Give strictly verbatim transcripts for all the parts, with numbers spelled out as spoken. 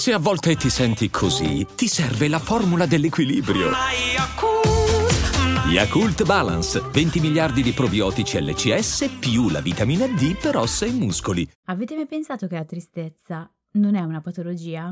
Se a volte ti senti così, ti serve la formula dell'equilibrio. Yakult Balance, venti miliardi di probiotici L C S più la vitamina D per ossa e muscoli. Avete mai pensato che la tristezza non è una patologia?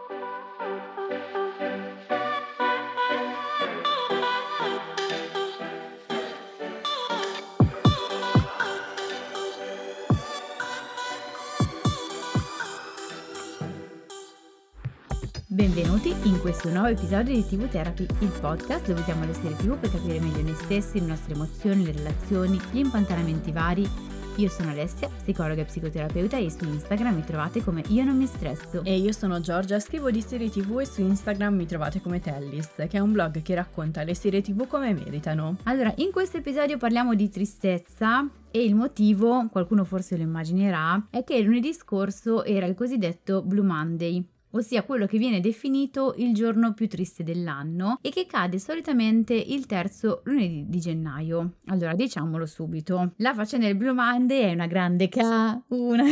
Benvenuti in questo nuovo episodio di T V Therapy, il podcast dove usiamo le serie T V per capire meglio noi stessi, le nostre emozioni, le relazioni, gli impantanamenti vari. Io sono Alessia, psicologa e psicoterapeuta, e su Instagram mi trovate come Io non mi stresso. E io sono Giorgia, scrivo di serie T V e su Instagram mi trovate come Tellist, che è un blog che racconta le serie T V come meritano. Allora, in questo episodio parliamo di tristezza. E il motivo, qualcuno forse lo immaginerà, è che lunedì scorso era il cosiddetto Blue Monday, ossia quello che viene definito il giorno più triste dell'anno e che cade solitamente il terzo lunedì di gennaio. Allora, diciamolo subito, la faccenda del Blue Monday è una grande ca... una...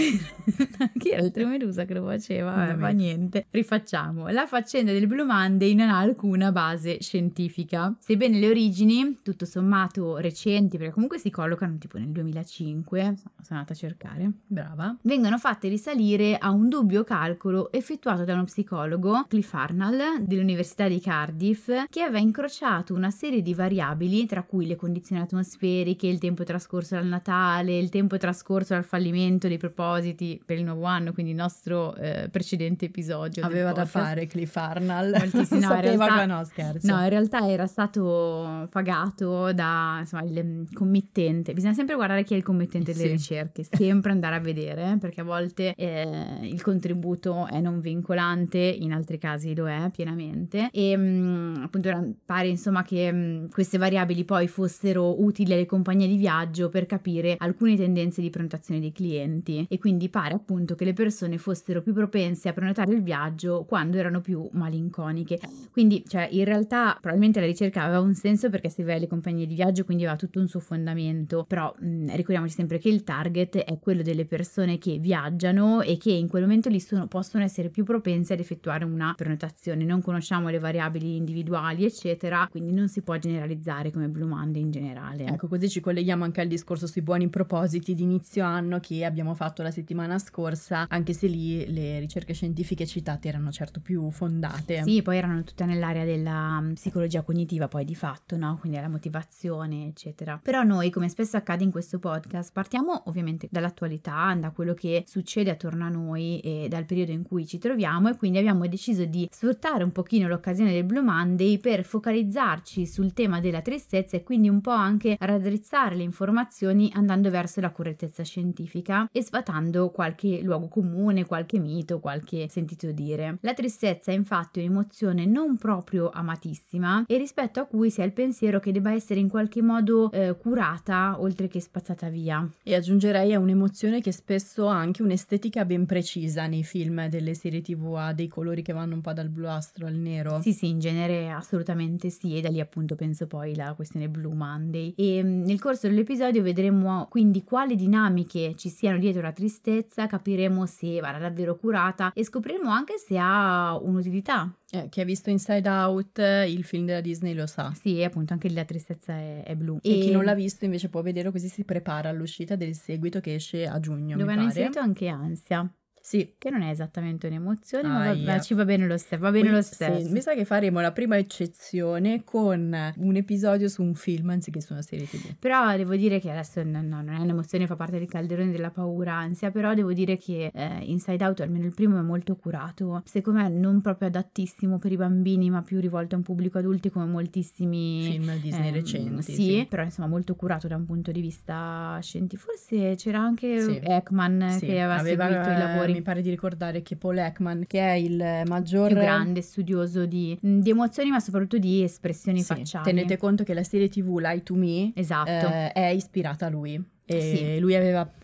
chi era il Tremedusa che lo faceva? Vabbè, ma niente, rifacciamo. La faccenda del Blue Monday non ha alcuna base scientifica, sebbene le origini, tutto sommato recenti, perché comunque si collocano tipo nel duemilacinque, sono andata a cercare, brava, vengono fatte risalire a un dubbio calcolo effettuato da uno psicologo, Cliff Arnold, dell'Università di Cardiff, che aveva incrociato una serie di variabili, tra cui le condizioni atmosferiche, il tempo trascorso dal Natale, il tempo trascorso dal fallimento dei propositi per il nuovo anno, quindi il nostro eh, precedente episodio. Aveva da fare Cliff Arnold. Moltissimo. No, in realtà, no, scherzo. No, in realtà era stato pagato da, insomma, il committente. Bisogna sempre guardare chi è il committente delle sì. ricerche, sempre andare a vedere, perché a volte eh, il contributo è non vincolante, in altri casi lo è pienamente, e mh, appunto pare insomma che mh, queste variabili poi fossero utili alle compagnie di viaggio per capire alcune tendenze di prenotazione dei clienti, e quindi pare appunto che le persone fossero più propense a prenotare il viaggio quando erano più malinconiche. Quindi cioè in realtà probabilmente la ricerca aveva un senso perché serviva alle compagnie di viaggio, quindi aveva tutto un suo fondamento, però mh, ricordiamoci sempre che il target è quello delle persone che viaggiano e che in quel momento lì sono, possono essere più propense ad effettuare una prenotazione. Non conosciamo le variabili individuali eccetera, quindi non si può generalizzare come Blue Monday in generale. Ecco, così ci colleghiamo anche al discorso sui buoni propositi di inizio anno che abbiamo fatto la settimana scorsa, anche se lì le ricerche scientifiche citate erano certo più fondate. Sì, poi erano tutte nell'area della psicologia cognitiva poi di fatto, no? Quindi la motivazione eccetera. Però noi, come spesso accade in questo podcast, partiamo ovviamente dall'attualità, da quello che succede attorno a noi e dal periodo in cui ci troviamo, e quindi abbiamo deciso di sfruttare un pochino l'occasione del Blue Monday per focalizzarci sul tema della tristezza e quindi un po' anche raddrizzare le informazioni andando verso la correttezza scientifica e sfatando qualche luogo comune, qualche mito, qualche sentito dire. La tristezza è infatti un'emozione non proprio amatissima e rispetto a cui si ha il pensiero che debba essere in qualche modo eh, curata oltre che spazzata via. E aggiungerei a un'emozione che spesso ha anche un'estetica ben precisa nei film delle serie tv, ha dei colori che vanno un po' dal bluastro al nero. Sì sì, in genere assolutamente sì, e da lì appunto penso poi la questione Blue Monday. E nel corso dell'episodio vedremo quindi quali dinamiche ci siano dietro la tristezza, capiremo se va davvero curata e scopriremo anche se ha un'utilità. Eh, chi ha visto Inside Out, il film della Disney, lo sa. Sì, appunto anche lì la tristezza è, è blu. E, e chi non l'ha visto invece può vedere, così si prepara all'uscita del seguito che esce a giugno, dove mi hanno pare. inserito anche ansia. Sì, che non è esattamente un'emozione, ah, ma, yeah. ma ci va bene lo stesso, va bene Qui, lo stesso. Sì, mi sa che faremo la prima eccezione con un episodio su un film anziché su una serie tv. Però devo dire che adesso no, no, non è un'emozione, fa parte del calderone della paura, ansia, però devo dire che eh, Inside Out, almeno il primo, è molto curato. Secondo me non proprio adattissimo per i bambini, ma più rivolto a un pubblico adulti come moltissimi film Disney ehm, recenti. Sì, sì, però insomma molto curato da un punto di vista scientifico. Forse c'era anche sì. Ekman sì. che aveva, aveva seguito i lavori. Mi pare di ricordare che Paul Ekman, che è il maggior più grande studioso di, di emozioni ma soprattutto di espressioni sì, facciali. Tenete conto che la serie tv Lie to Me esatto. eh, è ispirata a lui. E sì. lui aveva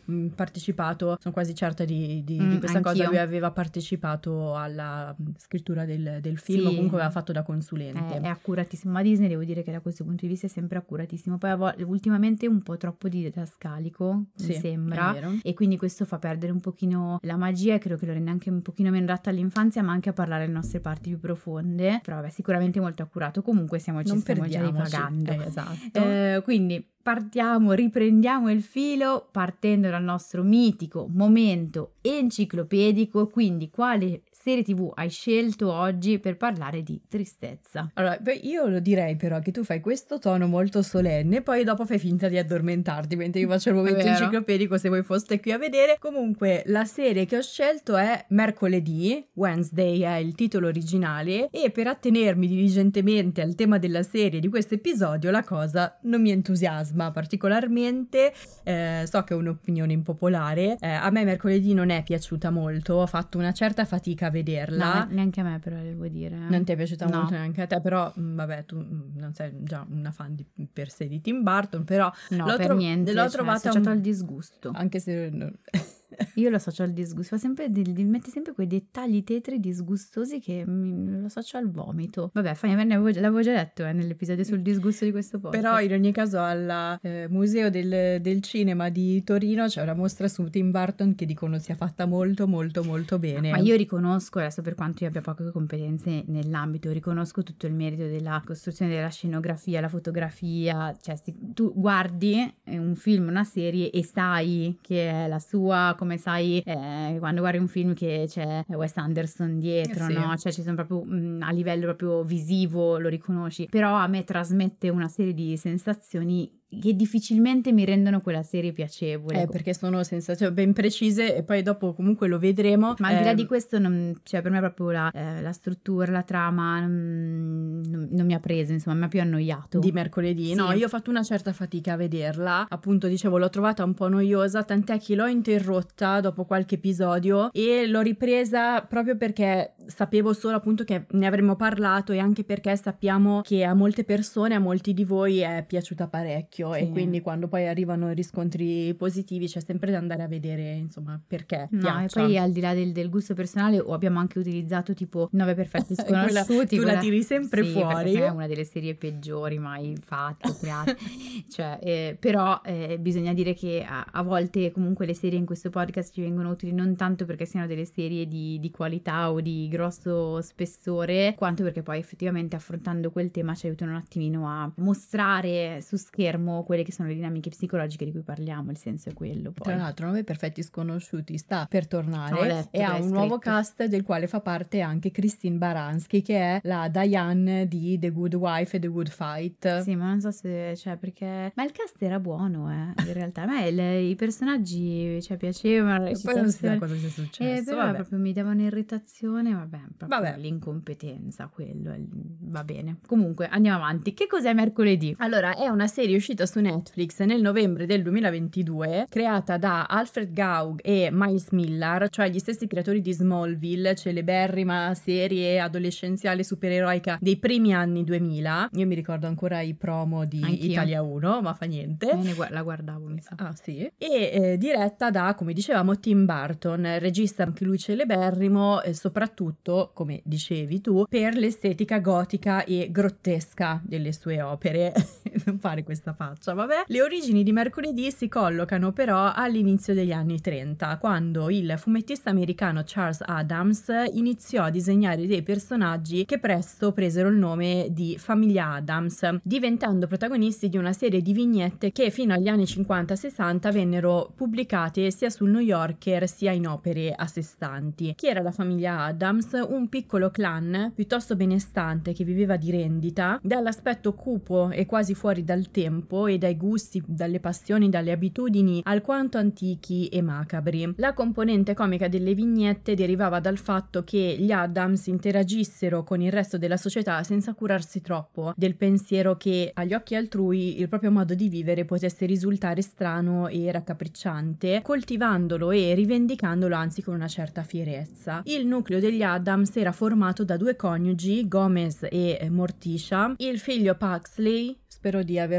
mh, partecipato, sono quasi certa di, di, mm, di questa anch'io. cosa, lui aveva partecipato alla scrittura del, del film, Sì. comunque aveva fatto da consulente. È, è accuratissimo, ma Disney devo dire che da questo punto di vista è sempre accuratissimo, poi a vo- ultimamente un po' troppo didascalico, Sì, mi sembra, è vero. e quindi questo fa perdere un pochino la magia e credo che lo renda anche un pochino meno adatta all'infanzia, ma anche a parlare le nostre parti più profonde, però vabbè, sicuramente molto accurato. Comunque stiamo, ci Non stiamo già perdiamoci. divagando. Eh, esatto. Eh, quindi partiamo, riprendiamo il filo partendo dal nostro mitico momento enciclopedico, quindi quale serie tv hai scelto oggi per parlare di tristezza? Allora, beh, io lo direi però che tu fai questo tono molto solenne, poi dopo fai finta di addormentarti mentre io faccio il momento Vero. enciclopedico, se voi foste qui a vedere. Comunque la serie che ho scelto è Mercoledì, Wednesday è il titolo originale, e per attenermi diligentemente al tema della serie di questo episodio la cosa non mi entusiasma particolarmente. Eh, so che è un'opinione impopolare, eh, a me Mercoledì non è piaciuta molto, ho fatto una certa fatica a vederla. No, neanche a me però devo dire. Non ti è piaciuta No. molto neanche a te, però mh, vabbè, tu mh, non sei già una fan di, per sé di Tim Burton, però No, l'ho per tro- niente, l'ho cioè, trovata associato un- al disgusto. anche se non- Io lo associo al disgusto, fa sempre del- di- mette sempre quei dettagli tetri disgustosi che mi, lo associo al vomito. Vabbè, fai, ne avevo, già- l'avevo già detto eh, nell'episodio sul disgusto di questo podcast. Però in ogni caso al eh, Museo del, del Cinema di Torino c'è una mostra su Tim Burton che dicono sia fatta molto molto molto bene. Ma io riconosco, adesso per quanto io abbia poche competenze nell'ambito, riconosco tutto il merito della costruzione della scenografia, la fotografia, cioè sti- tu guardi eh, un film, una serie e sai che è la sua, come sai eh, quando guardi un film che c'è Wes Anderson dietro, Eh sì. no? Cioè ci sono proprio mh, a livello proprio visivo lo riconosci, però a me trasmette una serie di sensazioni che difficilmente mi rendono quella serie piacevole. Eh, perché sono sensazioni ben precise e poi dopo comunque lo vedremo. Ma al di là Eh, di questo, non, cioè per me proprio la, eh, la struttura, la trama non, non- non mi ha preso, insomma, mi ha più annoiato. di mercoledì, Sì. no, io ho fatto una certa fatica a vederla, appunto dicevo l'ho trovata un po' noiosa, tant'è che l'ho interrotta dopo qualche episodio e l'ho ripresa proprio perché sapevo solo appunto che ne avremmo parlato e anche perché sappiamo che a molte persone, a molti di voi è piaciuta parecchio. Sì. E quindi quando poi arrivano i riscontri positivi c'è sempre da andare a vedere insomma perché No, piaccia. e poi al di là del, del gusto personale, o abbiamo anche utilizzato tipo Nove perfetti Quella- sconosciuti. tu la tiri sempre sì, fuori. perché è una delle serie peggiori mai fatte, create. Cioè, eh, però eh, bisogna dire che a, a volte comunque le serie in questo podcast ci vengono utili non tanto perché siano delle serie di, di qualità o di grosso spessore, quanto perché poi effettivamente affrontando quel tema ci aiutano un attimino a mostrare su schermo quelle che sono le dinamiche psicologiche di cui parliamo, il senso è quello poi. Tra l'altro Nove perfetti sconosciuti sta per Ho tornare letto e che ha l'hai un nuovo scritto. cast del quale fa parte anche Christine Baranski, che è la Diane di The Good Wife e The Good Fight. Sì, ma non so se, cioè, perché... Ma il cast era buono, eh, in realtà. A me il- i personaggi, cioè, piacevano, la E poi non si sa recitazione. cosa sia Eh, successo. però vabbè. proprio mi davano irritazione, vabbè, proprio Vabbè. l'incompetenza, quello, il- va bene. Comunque, andiamo avanti. Che cos'è mercoledì? Allora, è una serie uscita su Netflix nel novembre del duemilaventidue, creata da Alfred Gaug e Miles Millar, cioè gli stessi creatori di Smallville, celeberrima serie adolescenziale supereroica dei primi anni duemila. Io mi ricordo ancora i promo di Anch'io. Italia uno, ma fa niente. Eh, ne gua- la guardavo, mi sa. Ah sì, e eh, diretta da, come dicevamo, Tim Burton, regista anche lui celeberrimo, e soprattutto, come dicevi tu, per l'estetica gotica e grottesca delle sue opere. Non fare questa faccia, vabbè. Le origini di Mercoledì si collocano però all'inizio degli anni trenta, quando il fumettista americano Charles Addams iniziò a disegnare dei personaggi che presto presero il nome di Famiglia Addams, diventando protagonisti di una serie di vignette che fino agli anni cinquanta sessanta vennero pubblicate sia sul New Yorker sia in opere a sé stanti. Chi era la famiglia Addams? Un piccolo clan piuttosto benestante che viveva di rendita, dall'aspetto cupo e quasi fuori dal tempo e dai gusti, dalle passioni, dalle abitudini alquanto antichi e macabri. La componente comica delle vignette derivava dal fatto che gli Addams interagissero con il resto della società senza curarsi troppo del pensiero che agli occhi altrui il proprio modo di vivere potesse risultare strano e raccapricciante, coltivandolo e rivendicandolo anzi con una certa fierezza. Il nucleo degli Addams era formato da due coniugi, Gomez e Morticia, il figlio Paxley, spero di averlo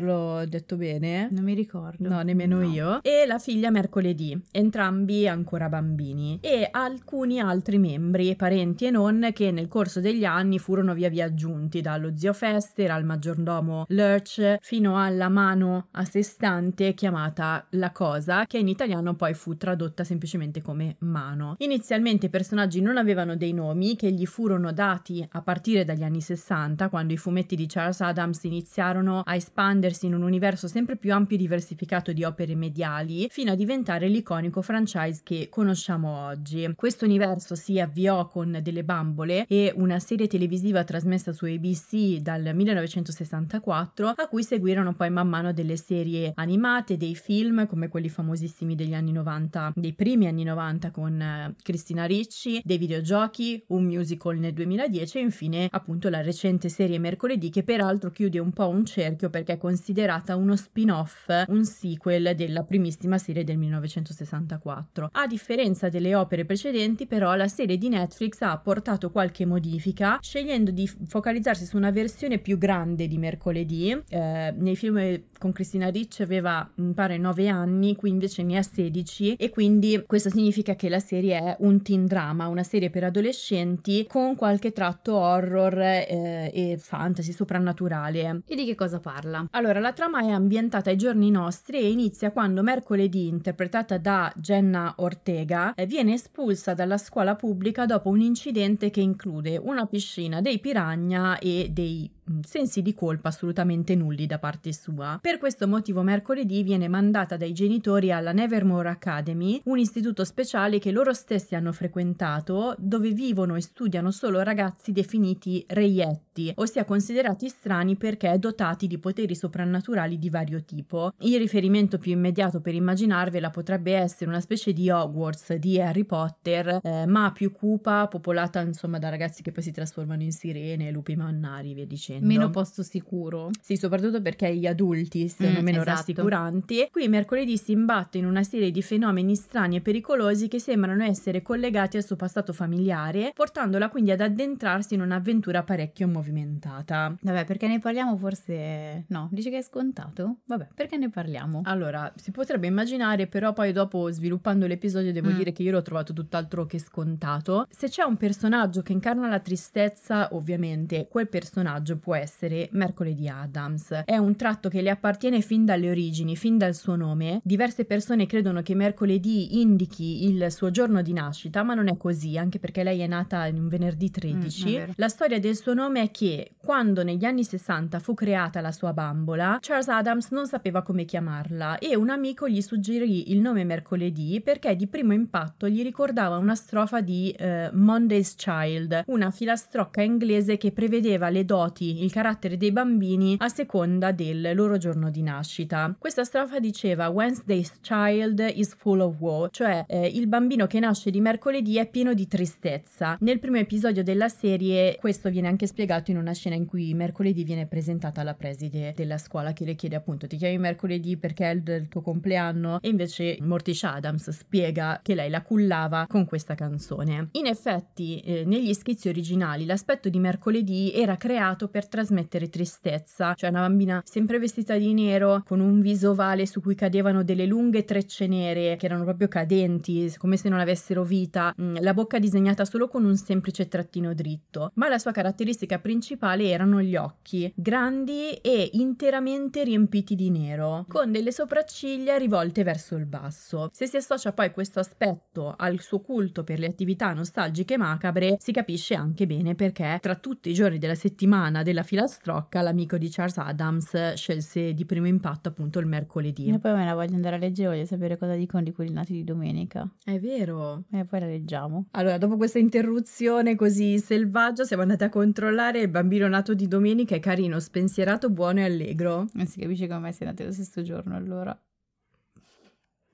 detto bene? Non mi ricordo. No, nemmeno No. io. E la figlia Mercoledì, entrambi ancora bambini. E alcuni altri membri, parenti e non, che nel corso degli anni furono via via aggiunti, dallo zio Fester al maggiordomo Lurch fino alla mano a sé stante chiamata La Cosa, che in italiano poi fu tradotta semplicemente come Mano. Inizialmente i personaggi non avevano dei nomi che gli furono dati a partire dagli anni sessanta, quando i fumetti di Charles Addams iniziarono a espandersi in un universo sempre più ampio e diversificato di opere mediali, fino a diventare l'iconico franchise che conosciamo oggi. Questo universo si avviò con Delle bambole e una serie televisiva trasmessa su A B C dal millenovecentosessantaquattro, a cui seguirono poi man mano delle serie animate, dei film come quelli famosissimi degli anni novanta, dei primi anni novanta con eh, Christina Ricci, dei videogiochi, un musical nel duemiladieci e infine appunto la recente serie Mercoledì, che peraltro chiude un po' un cerchio perché è considerata uno spin-off, un sequel della primissima serie del millenovecentosessantaquattro. A differenza delle opere precedenti, però, la serie di Netflix ha apportato qualche modifica, scegliendo di focalizzarsi su una versione più grande di Mercoledì. Eh, nei film con Christina Ricci aveva, mi pare, nove anni, qui invece ne ha sedici, e quindi questo significa che la serie è un teen drama, una serie per adolescenti con qualche tratto horror eh, e fantasy soprannaturale. E di che cosa parla? Allora, la trama è ambientata ai giorni nostri e inizia quando Mercoledì, interpretata da Jenna Ortega, eh, viene espulsa dalla scuola pubblica dopo un incidente che include una piscina, dei piranha e dei sensi di colpa assolutamente nulli da parte sua. Per questo motivo Mercoledì viene mandata dai genitori alla Nevermore Academy, un istituto speciale che loro stessi hanno frequentato, dove vivono e studiano solo ragazzi definiti reietti, ossia considerati strani perché dotati di poteri soprannaturali di vario tipo. Il riferimento più immediato per immaginarvela potrebbe essere una specie di Hogwarts di Harry Potter, eh, ma più cupa, popolata insomma da ragazzi che poi si trasformano in sirene, lupi mannari, via dicendo. Meno posto sicuro. Sì, soprattutto perché gli adulti sono Mm, meno esatto. rassicuranti. Qui Mercoledì si imbatte in una serie di fenomeni strani e pericolosi che sembrano essere collegati al suo passato familiare, portandola quindi ad addentrarsi in un'avventura parecchio movimentata. Vabbè, perché ne parliamo forse... No, dici che è scontato? Vabbè, perché ne parliamo? Allora, si potrebbe immaginare, però poi dopo, sviluppando l'episodio, devo Mm. dire che io l'ho trovato tutt'altro che scontato. Se c'è un personaggio che incarna la tristezza, ovviamente quel personaggio può essere Mercoledì Addams. È un tratto che le appartiene fin dalle origini, fin dal suo nome. Diverse persone credono che Mercoledì indichi il suo giorno di nascita, ma non è così, anche perché lei è nata in un venerdì tredici. Mm, è vero. La storia del suo nome è che quando negli anni sessanta fu creata la sua bambola, Charles Addams non sapeva come chiamarla e un amico gli suggerì il nome Mercoledì perché di primo impatto gli ricordava una strofa di eh, Monday's Child, una filastrocca inglese che prevedeva le doti, il carattere dei bambini a seconda del loro giorno di nascita. Questa strofa diceva Wednesday's child is full of woe, cioè eh, il bambino che nasce di mercoledì è pieno di tristezza. Nel primo episodio della serie questo viene anche spiegato in una scena in cui mercoledì viene presentata alla preside della scuola che le chiede appunto ti chiami mercoledì perché è il del tuo compleanno, e invece Morticia Addams spiega che lei la cullava con questa canzone. In effetti eh, negli schizzi originali l'aspetto di mercoledì era creato per trasmettere tristezza, cioè una bambina sempre vestita di nero con un viso ovale su cui cadevano delle lunghe trecce nere che erano proprio cadenti, come se non avessero vita, la bocca disegnata solo con un semplice trattino dritto, ma la sua caratteristica principale erano gli occhi, grandi e interamente riempiti di nero, con delle sopracciglia rivolte verso il basso. Se si associa poi questo aspetto al suo culto per le attività nostalgiche e macabre, si capisce anche bene perché tra tutti i giorni della settimana della filastrocca l'amico di Charles Addams scelse di primo impatto appunto il mercoledì. E poi me la voglio andare a leggere, voglio sapere cosa dicono di quelli nati di domenica. È vero. E poi la leggiamo. Allora, dopo questa interruzione così selvaggia, siamo andati a controllare il bambino nato di domenica. È carino, spensierato, buono e allegro. Non si capisce come mai sei nato lo stesso giorno allora.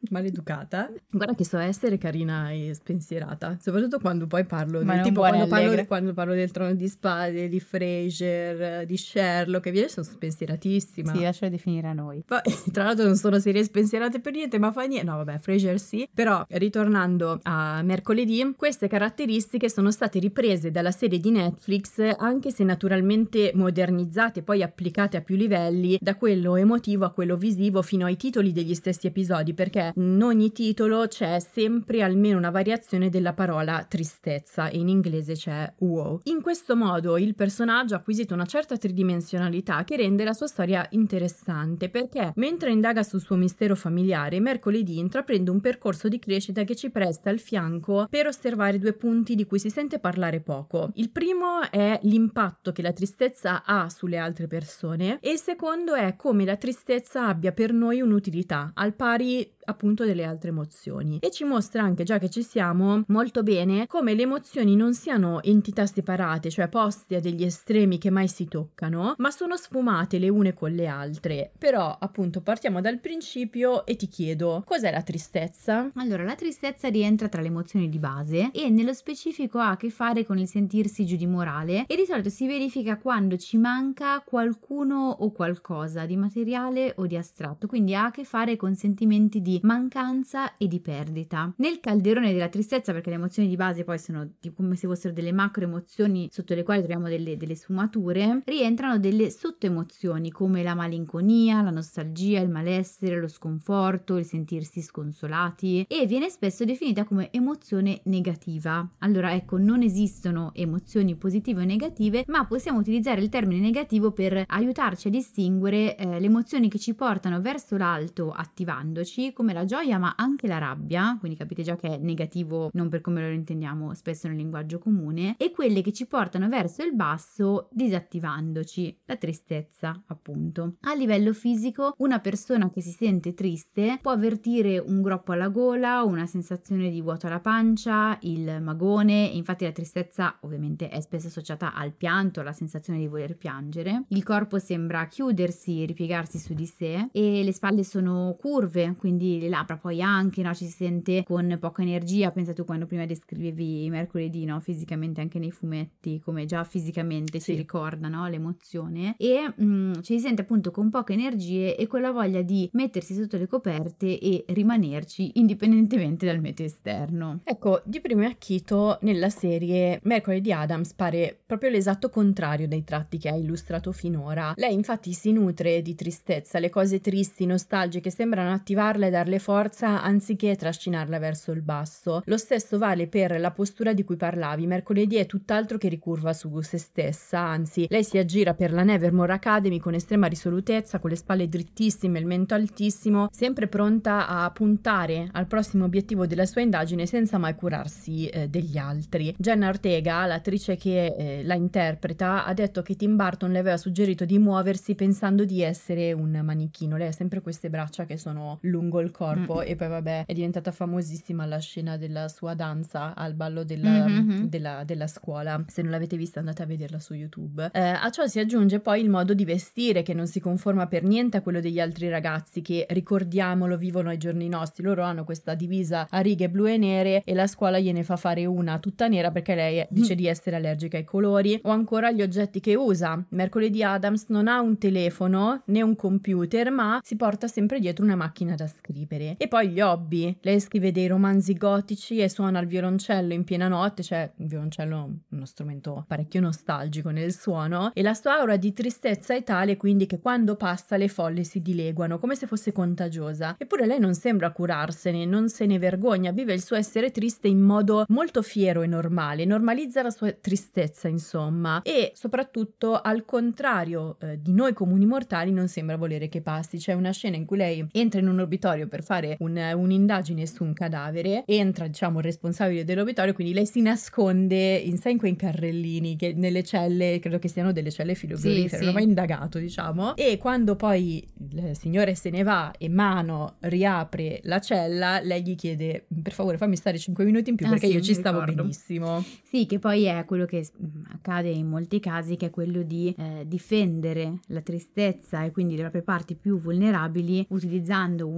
maleducata. Guarda che so essere carina e spensierata, soprattutto quando poi parlo Ma del non tipo buone quando parlo, allegre. quando parlo del Trono di Spade, di Frasier, di Sherlock, e via, sono spensieratissima. Sì, lascialo definire a noi. Poi, tra l'altro non sono serie spensierate per niente, ma fa niente. No, vabbè, Frasier sì. Però, ritornando a mercoledì, queste caratteristiche sono state riprese dalla serie di Netflix, anche se naturalmente modernizzate e poi applicate a più livelli, da quello emotivo a quello visivo fino ai titoli degli stessi episodi, perché in ogni titolo c'è sempre almeno una variazione della parola tristezza, e in inglese c'è wow. In questo modo il personaggio ha acquisito una certa tridimensionalità che rende la sua storia interessante, perché mentre indaga sul suo mistero familiare, mercoledì intraprende un percorso di crescita che ci presta al fianco per osservare due punti di cui si sente parlare poco. Il primo è l'impatto che la tristezza ha sulle altre persone, e il secondo è come la tristezza abbia per noi un'utilità, al pari appunto delle altre emozioni, e ci mostra anche, già che ci siamo, molto bene come le emozioni non siano entità separate, cioè poste a degli estremi che mai si toccano, ma sono sfumate le une con le altre. Però appunto partiamo dal principio e ti chiedo, cos'è la tristezza? Allora, la tristezza rientra tra le emozioni di base e nello specifico ha a che fare con il sentirsi giù di morale, e di solito si verifica quando ci manca qualcuno o qualcosa di materiale o di astratto, quindi ha a che fare con sentimenti di mancanza e di perdita. Nel calderone della tristezza, perché le emozioni di base poi sono di, come se fossero delle macro emozioni sotto le quali troviamo delle, delle sfumature, rientrano delle sottoemozioni come la malinconia, la nostalgia, il malessere, lo sconforto, il sentirsi sconsolati, e viene spesso definita come emozione negativa. Allora ecco, non esistono emozioni positive o negative, ma possiamo utilizzare il termine negativo per aiutarci a distinguere eh, le emozioni che ci portano verso l'alto attivandoci, come la gioia ma anche la rabbia, quindi capite già che è negativo non per come lo intendiamo spesso nel linguaggio comune, e quelle che ci portano verso il basso disattivandoci, la tristezza appunto. A livello fisico, una persona che si sente triste può avvertire un groppo alla gola, una sensazione di vuoto alla pancia, il magone, infatti la tristezza ovviamente è spesso associata al pianto, alla sensazione di voler piangere, il corpo sembra chiudersi e ripiegarsi su di sé, e le spalle sono curve, quindi le labbra poi anche, no? Ci si sente con poca energia. Pensa tu quando prima descrivevi mercoledì, no? Fisicamente anche nei fumetti, come già fisicamente sì. si ricorda, no? L'emozione, e mh, ci si sente appunto con poche energie e con la voglia di mettersi sotto le coperte e rimanerci indipendentemente dal meteo esterno. Ecco, di primo acchito nella serie Mercoledì Addams pare proprio l'esatto contrario dei tratti che ha illustrato finora. Lei infatti si nutre di tristezza, le cose tristi, nostalgiche sembrano attivarla e darle forza anziché trascinarla verso il basso. Lo stesso vale per la postura di cui parlavi. Mercoledì è tutt'altro che ricurva su se stessa, anzi lei si aggira per la Nevermore Academy con estrema risolutezza, con le spalle drittissime, il mento altissimo, sempre pronta a puntare al prossimo obiettivo della sua indagine senza mai curarsi eh, degli altri. Jenna Ortega, l'attrice che eh, la interpreta, ha detto che Tim Burton le aveva suggerito di muoversi pensando di essere un manichino. Lei ha sempre queste braccia che sono lungo il corpo, mm. e poi vabbè è diventata famosissima la scena della sua danza al ballo della, mm-hmm. della, della scuola. Se non l'avete vista andate a vederla su YouTube. Eh, a ciò si aggiunge poi il modo di vestire, che non si conforma per niente a quello degli altri ragazzi che, ricordiamolo, vivono ai giorni nostri. Loro hanno questa divisa a righe blu e nere e la scuola gliene fa fare una tutta nera perché lei dice mm. di essere allergica ai colori. O ancora gli oggetti che usa. Mercoledì Addams non ha un telefono né un computer, ma si porta sempre dietro una macchina da scrivere. E poi gli hobby: lei scrive dei romanzi gotici e suona il violoncello in piena notte, cioè il violoncello è uno strumento parecchio nostalgico nel suono, e la sua aura di tristezza è tale quindi che quando passa le folle si dileguano come se fosse contagiosa. Eppure lei non sembra curarsene, non se ne vergogna, vive il suo essere triste in modo molto fiero e normale, normalizza la sua tristezza insomma, e soprattutto al contrario eh, di noi comuni mortali non sembra volere che passi. C'è una scena in cui lei entra in un obitorio per fare un, un'indagine su un cadavere, entra diciamo il responsabile dell'obitorio, quindi lei si nasconde in, sai, in quei carrellini che nelle celle, credo che siano delle celle filobrifere, sì, sì. non ho mai indagato diciamo, e quando poi il signore se ne va e Mano riapre la cella, lei gli chiede per favore fammi stare cinque minuti in più, ah, perché sì, io ci stavo ricordo. benissimo. Sì, che poi è quello che accade in molti casi, che è quello di eh, difendere la tristezza e quindi le proprie parti più vulnerabili utilizzando una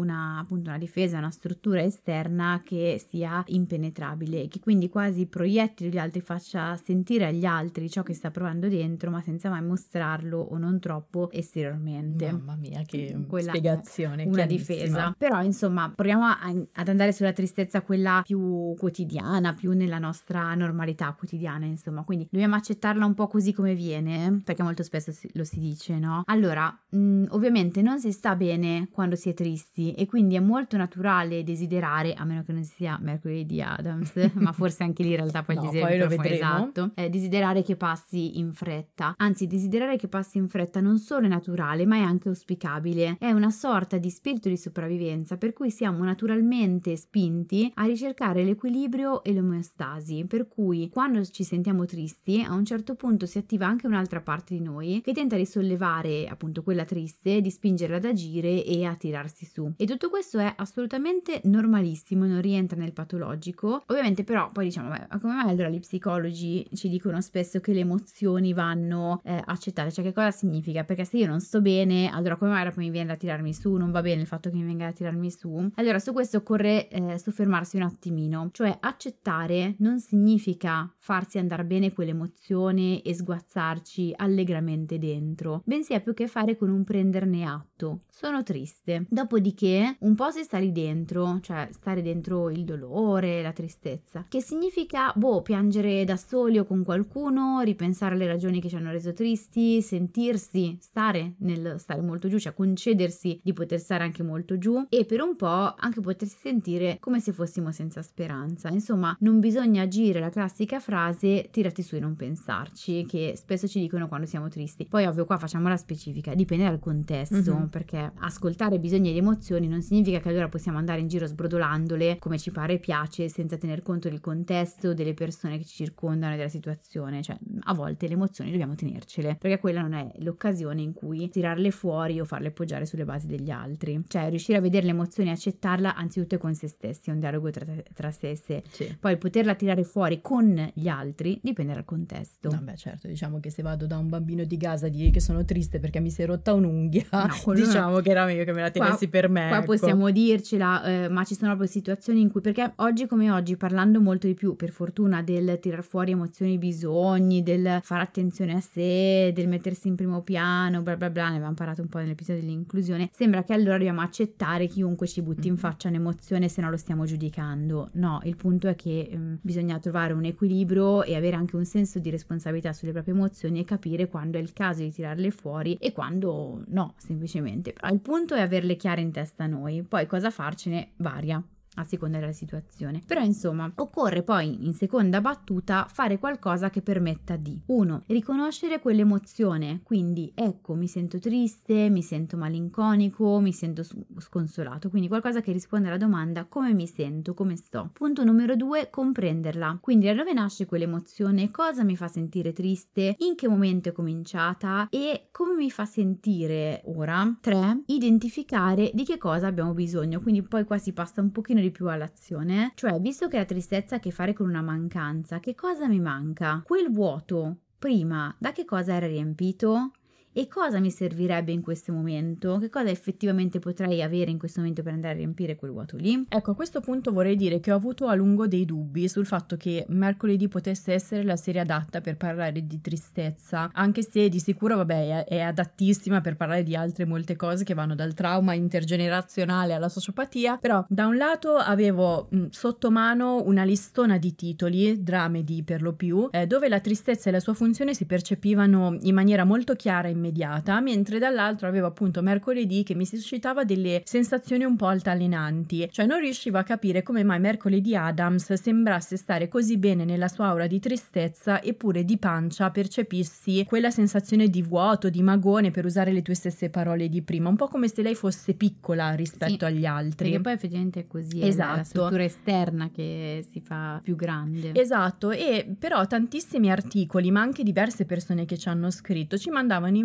appunto una difesa, una struttura esterna che sia impenetrabile e che quindi quasi proietti gli altri, faccia sentire agli altri ciò che sta provando dentro, ma senza mai mostrarlo o non troppo esteriormente. Mamma mia, che Quella spiegazione, una chiarissima. difesa. Però insomma proviamo a, ad andare sulla tristezza quella più quotidiana, più nella nostra normalità quotidiana, insomma, quindi dobbiamo accettarla un po' così come viene, perché molto spesso si, lo si dice, no? Allora mh, ovviamente non si sta bene quando si è tristi e quindi è molto naturale desiderare, a meno che non sia Mercoledì di Adams, ma forse anche lì in realtà poi No, il desiderio poi lo vedremo. esatto, eh, desiderare che passi in fretta, anzi desiderare che passi in fretta non solo è naturale ma è anche auspicabile, è una sorta di spirito di sopravvivenza per cui siamo naturalmente spinti a ricercare l'equilibrio e l'omeostasi, per cui quando ci sentiamo tristi a un certo punto si attiva anche un'altra parte di noi che tenta di sollevare appunto quella triste, di spingerla ad agire e a tirarsi su, e tutto questo è assolutamente normalissimo, non rientra nel patologico. Ovviamente però poi diciamo beh, come mai allora gli psicologi ci dicono spesso che le emozioni vanno eh, accettate, cioè che cosa significa? Perché se io non sto bene allora come mai poi mi viene da tirarmi su, non va bene il fatto che mi venga da tirarmi su? Allora su questo occorre eh, soffermarsi un attimino, cioè accettare non significa farsi andare bene quell'emozione e sguazzarci allegramente dentro, bensì ha più a che fare con un prenderne atto. Sono triste, dopodiché un po' si sta lì dentro, cioè stare dentro il dolore, la tristezza, che significa boh piangere da soli o con qualcuno, ripensare alle ragioni che ci hanno reso tristi, sentirsi stare nel stare molto giù, cioè concedersi di poter stare anche molto giù e per un po' anche potersi sentire come se fossimo senza speranza. Insomma, non bisogna agire la classica frase tirati su e non pensarci, che spesso ci dicono quando siamo tristi. Poi ovvio qua facciamo la specifica, dipende dal contesto, mm-hmm. perché ascoltare bisogni ed emozioni non significa che allora possiamo andare in giro sbrodolandole come ci pare e piace senza tener conto del contesto, delle persone che ci circondano e della situazione. Cioè a volte le emozioni dobbiamo tenercele, perché quella non è l'occasione in cui tirarle fuori o farle poggiare sulle basi degli altri. Cioè riuscire a vedere le emozioni e accettarla anzitutto è con se stessi, è un dialogo tra, tra sé e sé. Sì. Poi poterla tirare fuori con gli altri dipende dal contesto. Vabbè certo, diciamo che se vado da un bambino di Gaza a dire che sono triste perché mi si è rotta un'unghia, no, diciamo che era meglio che me la tenessi qua, per me. Qua ecco. Possiamo dircela, eh, ma ci sono proprio situazioni in cui, perché oggi come oggi, parlando molto di più per fortuna del tirar fuori emozioni, bisogni, del fare attenzione a sé, del mettersi in primo piano, bla bla bla, ne avevamo parlato un po' nell'episodio dell'inclusione, sembra che allora dobbiamo accettare chiunque ci butti in faccia un'emozione se non lo stiamo giudicando. No, il punto è che ehm, bisogna trovare un equilibrio e avere anche un senso di responsabilità sulle proprie emozioni e capire quando è il caso di tirarle fuori e quando no, semplicemente. Però il punto è averle chiare in testa noi, poi cosa farcene varia a seconda della situazione. Però insomma occorre poi in seconda battuta fare qualcosa che permetta di uno riconoscere quell'emozione, quindi ecco mi sento triste, mi sento malinconico, mi sento sconsolato, quindi qualcosa che risponde alla domanda come mi sento, come sto. Punto numero due, comprenderla, quindi da dove nasce quell'emozione, cosa mi fa sentire triste, in che momento è cominciata e come mi fa sentire ora. Tre, identificare di che cosa abbiamo bisogno, quindi poi qua si passa un pochino di più all'azione, cioè visto che la tristezza ha a che fare con una mancanza, che cosa mi manca? Quel vuoto prima da che cosa era riempito? E cosa mi servirebbe in questo momento? Che cosa effettivamente potrei avere in questo momento per andare a riempire quel vuoto lì? Ecco, a questo punto vorrei dire che ho avuto a lungo dei dubbi sul fatto che mercoledì potesse essere la serie adatta per parlare di tristezza, anche se di sicuro, vabbè, è, è adattissima per parlare di altre molte cose che vanno dal trauma intergenerazionale alla sociopatia, però da un lato avevo mh, sotto mano una listona di titoli, dramedy per lo più, eh, dove la tristezza e la sua funzione si percepivano in maniera molto chiara e immediata, mentre dall'altro avevo appunto mercoledì che mi suscitava delle sensazioni un po' altalenanti, cioè non riuscivo a capire come mai mercoledì Adams sembrasse stare così bene nella sua aura di tristezza eppure di pancia percepissi quella sensazione di vuoto, di magone, per usare le tue stesse parole di prima, un po' come se lei fosse piccola rispetto sì, agli altri. Perché poi effettivamente è così, esatto. È la struttura esterna che si fa più grande. Esatto, e però tantissimi articoli, ma anche diverse persone che ci hanno scritto, ci mandavano in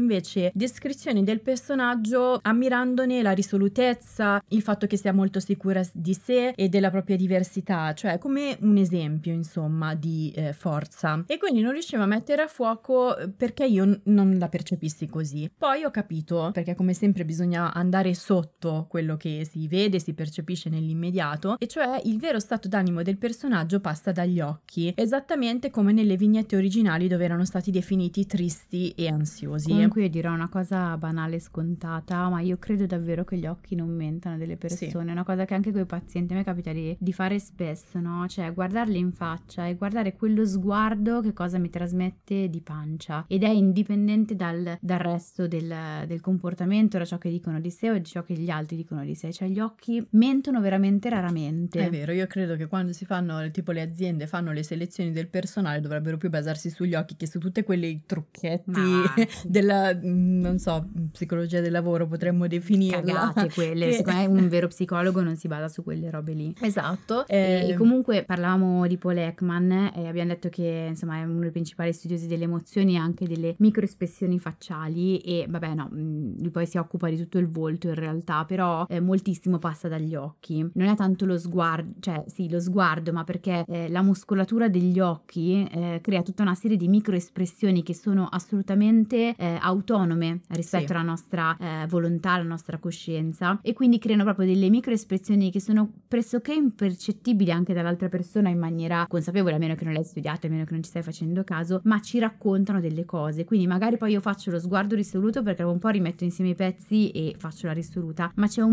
invece descrizioni del personaggio ammirandone la risolutezza, il fatto che sia molto sicura di sé e della propria diversità, cioè come un esempio insomma di eh, forza, e quindi non riuscivo a mettere a fuoco perché io n- non la percepissi così. Poi ho capito, perché come sempre bisogna andare sotto quello che si vede, si percepisce nell'immediato, e cioè il vero stato d'animo del personaggio passa dagli occhi, esattamente come nelle vignette originali dove erano stati definiti tristi e ansiosi. Comunque io dirò una cosa banale e scontata, ma io credo davvero che gli occhi non mentano delle persone. Sì. È una cosa che anche con i pazienti a me capita di, di fare spesso, no? Cioè guardarli in faccia e guardare quello sguardo che cosa mi trasmette di pancia, ed è indipendente dal, dal resto del, del comportamento, da ciò che dicono di sé o di ciò che gli altri dicono di sé. Cioè gli occhi mentono veramente raramente. È vero, io credo che quando si fanno, tipo le aziende fanno le selezioni del personale, dovrebbero più basarsi sugli occhi che su tutte quelle trucchetti ma... della, non so, psicologia del lavoro potremmo definirla. Cagate quelle, che... secondo me un vero psicologo non si basa su quelle robe lì. Esatto. E, e comunque parlavamo di Paul Ekman e abbiamo detto che insomma è uno dei principali studiosi delle emozioni e anche delle microespressioni facciali, e vabbè no, lui poi si occupa di tutto il volto in realtà, però eh, moltissimo passa dagli occhi. Non è tanto lo sguardo, cioè sì lo sguardo, ma perché eh, la muscolatura degli occhi eh, crea tutta una serie di microespressioni che sono assolutamente eh, autonome rispetto sì. alla nostra eh, volontà, alla nostra coscienza, e quindi creano proprio delle microespressioni che sono pressoché impercettibili anche dall'altra persona in maniera consapevole, a meno che non le hai studiate, a meno che non ci stai facendo caso, ma ci raccontano delle cose. Quindi magari poi io faccio lo sguardo risoluto perché un po' rimetto insieme i pezzi e faccio la risoluta, ma c'è un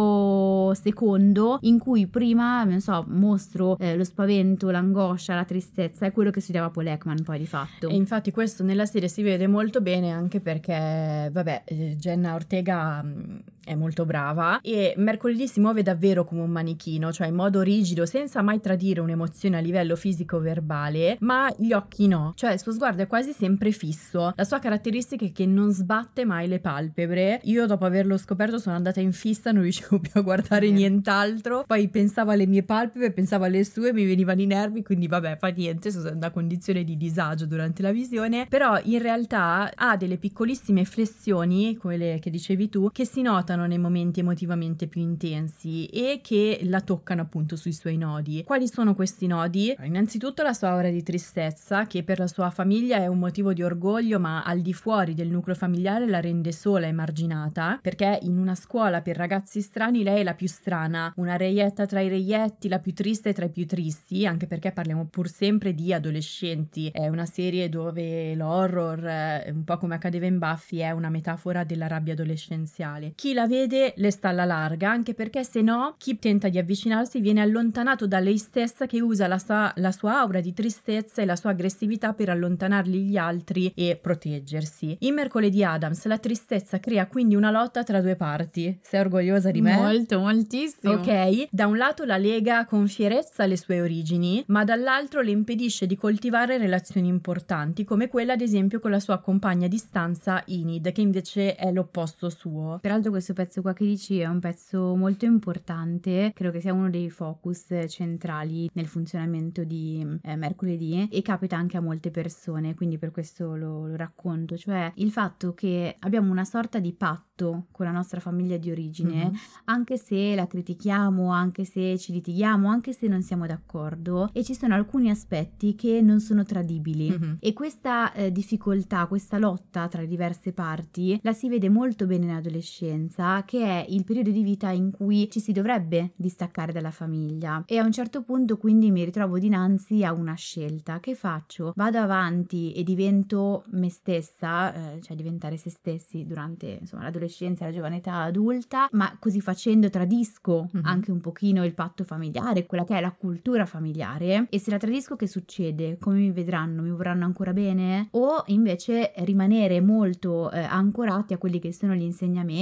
microsecondo in cui prima, non so, mostro eh, lo spavento, l'angoscia, la tristezza. È quello che studiava Paul Ekman poi di fatto. E infatti questo nella serie si vede molto bene, anche perché vabbè, Jenna Ortega mh, è molto brava e mercoledì si muove davvero come un manichino, cioè in modo rigido, senza mai tradire un'emozione a livello fisico-verbale, ma gli occhi no, cioè il suo sguardo è quasi sempre fisso. La sua caratteristica è che non sbatte mai le palpebre. Io dopo averlo scoperto sono andata in fissa, non riuscivo più a guardare nient'altro, poi pensavo alle mie palpebre, pensavo alle sue, mi venivano i nervi, quindi vabbè, fa niente, sono in una condizione di disagio durante la visione, però in realtà ha delle piccolissime flessioni, quelle che dicevi tu, che si notano nei momenti emotivamente più intensi e che la toccano appunto sui suoi nodi. Quali sono questi nodi? Innanzitutto la sua aura di tristezza, che per la sua famiglia è un motivo di orgoglio, ma al di fuori del nucleo familiare la rende sola e marginata, perché in una scuola per ragazzi strani lei è la più strana, una reietta tra i reietti, la più triste tra i più tristi, anche perché parliamo pur sempre di adolescenti. È una serie dove l'horror, un po' come accadeva in Buffy, è una metafora della rabbia adolescenziale. Chi la vede le sta alla larga, anche perché se no chi tenta di avvicinarsi viene allontanato da lei stessa, che usa la sua, la sua aura di tristezza e la sua aggressività per allontanarli gli altri e proteggersi. In Mercoledì Addams la tristezza crea quindi una lotta tra due parti. Sei orgogliosa di me? Molto, moltissimo. Ok, da un lato la lega con fierezza alle sue origini, ma dall'altro le impedisce di coltivare relazioni importanti, come quella ad esempio con la sua compagna di stanza Enid, che invece è l'opposto suo. Peraltro questo pezzo qua che dici è un pezzo molto importante, credo che sia uno dei focus centrali nel funzionamento di eh, Mercoledì, e capita anche a molte persone, quindi per questo lo, lo racconto, cioè il fatto che abbiamo una sorta di patto con la nostra famiglia di origine, mm-hmm. anche se la critichiamo, anche se ci litighiamo, anche se non siamo d'accordo, e ci sono alcuni aspetti che non sono tradibili, mm-hmm. e questa eh, difficoltà, questa lotta tra le diverse parti la si vede molto bene in adolescenza, che è il periodo di vita in cui ci si dovrebbe distaccare dalla famiglia, e a un certo punto quindi mi ritrovo dinanzi a una scelta: che faccio? Vado avanti e divento me stessa, eh, cioè diventare se stessi durante insomma l'adolescenza e la giovane età adulta, ma così facendo tradisco mm-hmm. anche un pochino il patto familiare, quella che è la cultura familiare, e se la tradisco che succede? Come mi vedranno? Mi vorranno ancora bene? O invece rimanere molto eh, ancorati a quelli che sono gli insegnamenti, le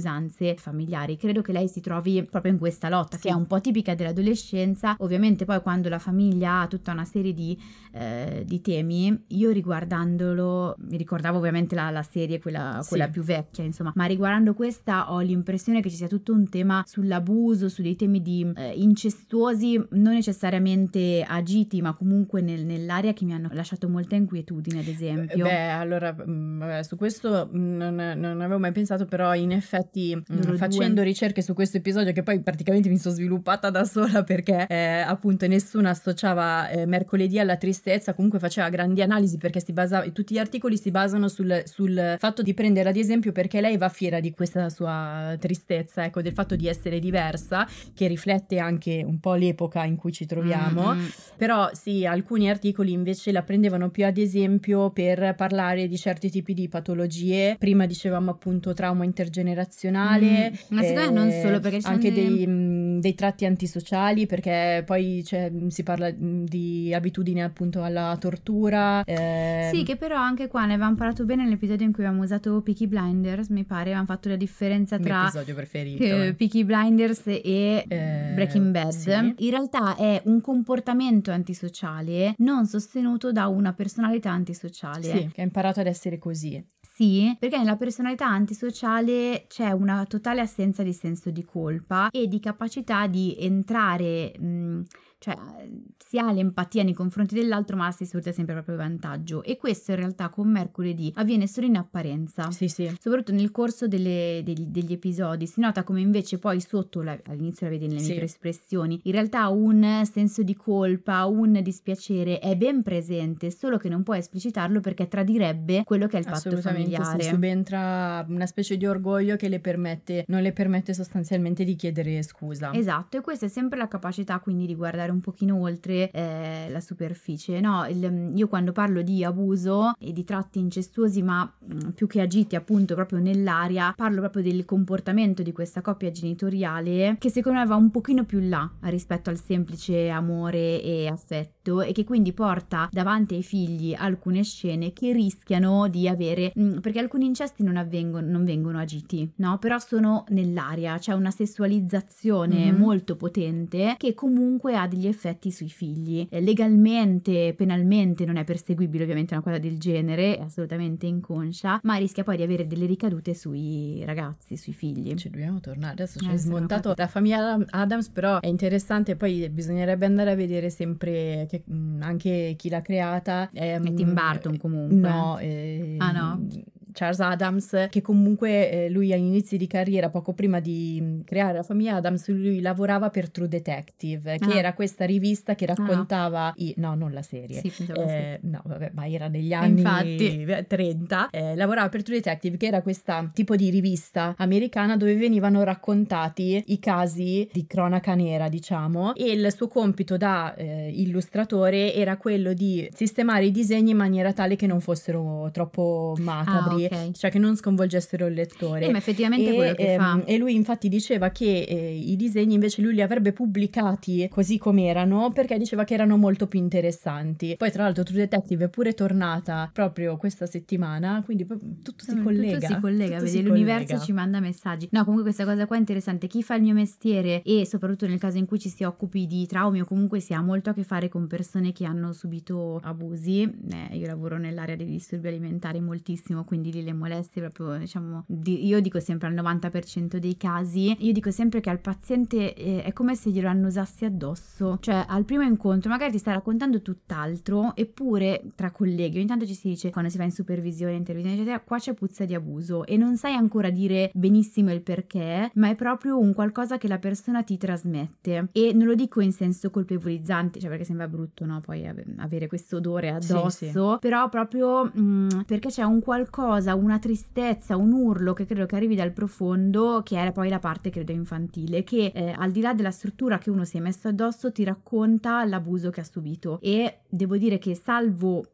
usanze familiari. Credo che lei si trovi proprio in questa lotta, sì. che è un po' tipica dell'adolescenza. Ovviamente poi quando la famiglia ha tutta una serie di, eh, di temi, io riguardandolo, mi ricordavo ovviamente la, la serie, quella, sì. quella più vecchia, insomma, ma riguardando questa ho l'impressione che ci sia tutto un tema sull'abuso, su dei temi di eh, incestuosi, non necessariamente agiti, ma comunque nel, nell'area, che mi hanno lasciato molta inquietudine, ad esempio. Beh, allora, mh, vabbè, su questo non, non avevo mai pensato, però in effetti mh, facendo due. ricerche su questo episodio, che poi praticamente mi sono sviluppata da sola, perché eh, appunto nessuno associava eh, mercoledì alla tristezza, comunque faceva grandi analisi, perché si basava, tutti gli articoli si basano sul, sul fatto di prendere ad esempio, perché lei va fiera di questa sua tristezza, ecco, del fatto di essere diversa, che riflette anche un po' l'epoca in cui ci troviamo. Mm-hmm. Però sì, alcuni articoli invece la prendevano più ad esempio per parlare di certi tipi di patologie. Prima dicevamo appunto trauma intergenerazionale, mm, ma secondo me non solo, perché c'è anche dei... dei, dei tratti antisociali, perché poi c'è, si parla di abitudini appunto alla tortura. Eh... Sì, che però anche qua ne avevamo parlato bene nell'episodio in cui abbiamo usato Peaky Blinders, mi pare, avevamo fatto la differenza tra l'episodio preferito eh, Peaky Blinders e eh, Breaking Bad. sì. In realtà è un comportamento antisociale non sostenuto da una personalità antisociale. Sì, che ha imparato ad essere così. Sì, perché nella personalità antisociale c'è una totale assenza di senso di colpa e di capacità di entrare, mh, cioè si ha l'empatia nei confronti dell'altro, ma si sfrutta sempre il proprio vantaggio, e questo in realtà con mercoledì avviene solo in apparenza. Sì, sì. Soprattutto nel corso delle, degli, degli episodi si nota come invece poi sotto, la, all'inizio la vedi nelle sì. microespressioni, in realtà un senso di colpa, un dispiacere è ben presente, solo che non può esplicitarlo perché tradirebbe quello che è il patto familiare. Sì, subentra una specie di orgoglio che le permette, non le permette sostanzialmente di chiedere scusa. Esatto, e questa è sempre la capacità quindi di guardare un pochino oltre eh, la superficie, no? Il, io quando parlo di abuso e di tratti incestuosi, ma mh, più che agiti appunto proprio nell'aria, parlo proprio del comportamento di questa coppia genitoriale che secondo me va un pochino più là rispetto al semplice amore e affetto, e che quindi porta davanti ai figli alcune scene che rischiano di avere, mh, perché alcuni incesti non avvengono, non vengono agiti, no? Però sono nell'aria, c'è una sessualizzazione mm-hmm. molto potente che comunque ha degli effetti sui figli. Eh, legalmente, penalmente non è perseguibile ovviamente una cosa del genere, è assolutamente inconscia, ma rischia poi di avere delle ricadute sui ragazzi, sui figli. Ci dobbiamo tornare, adesso ci eh, hai smontato no. la famiglia Addams, però è interessante, poi bisognerebbe andare a vedere sempre che, mh, anche chi l'ha creata. È mh, Tim Burton comunque. No, eh, ah no? Charles Addams, che comunque eh, lui agli inizi di carriera, poco prima di creare la famiglia Addams, lui lavorava per True Detective, che ah. era questa rivista che raccontava ah. i, no, non la serie, sì, eh, sì. no, vabbè, ma era negli anni Infatti. trenta, eh, lavorava per True Detective, che era questa tipo di rivista americana dove venivano raccontati i casi di cronaca nera, diciamo, e il suo compito da eh, illustratore era quello di sistemare i disegni in maniera tale che non fossero troppo macabri, ah, okay. cioè che non sconvolgessero il lettore. Eh, ma effettivamente e, è quello che ehm, fa. E lui infatti diceva che eh, i disegni invece lui li avrebbe pubblicati così com'erano, perché diceva che erano molto più interessanti. Poi tra l'altro True Detective è pure tornata proprio questa settimana, quindi tutto si collega. Tutto si collega, tutto vedi, si l'universo collega. ci manda messaggi. No, comunque questa cosa qua è interessante. Chi fa il mio mestiere, e soprattutto nel caso in cui ci si occupi di traumi o comunque si ha molto a che fare con persone che hanno subito abusi, eh, io lavoro nell'area dei disturbi alimentari moltissimo, quindi lì le molestie proprio, diciamo, di, io dico sempre al novanta per cento dei casi, io dico sempre che al paziente eh, è come se glielo annusassi addosso, cioè al primo incontro magari ti sta raccontando tutt'altro, eppure tra colleghi ogni tanto ci si dice, quando si va in supervisione, in televisione eccetera, qua c'è puzza di abuso e non sai ancora dire benissimo il perché, ma è proprio un qualcosa che la persona ti trasmette, e non lo dico in senso colpevolizzante, cioè perché sembra brutto, no, poi avere questo odore addosso, sì, sì. Però proprio mh, perché c'è un qualcosa, una tristezza, un urlo che credo che arrivi dal profondo, che è poi la parte credo infantile, che eh, al di là della struttura che uno si è messo addosso ti racconta l'abuso che ha subito. E devo dire che salvo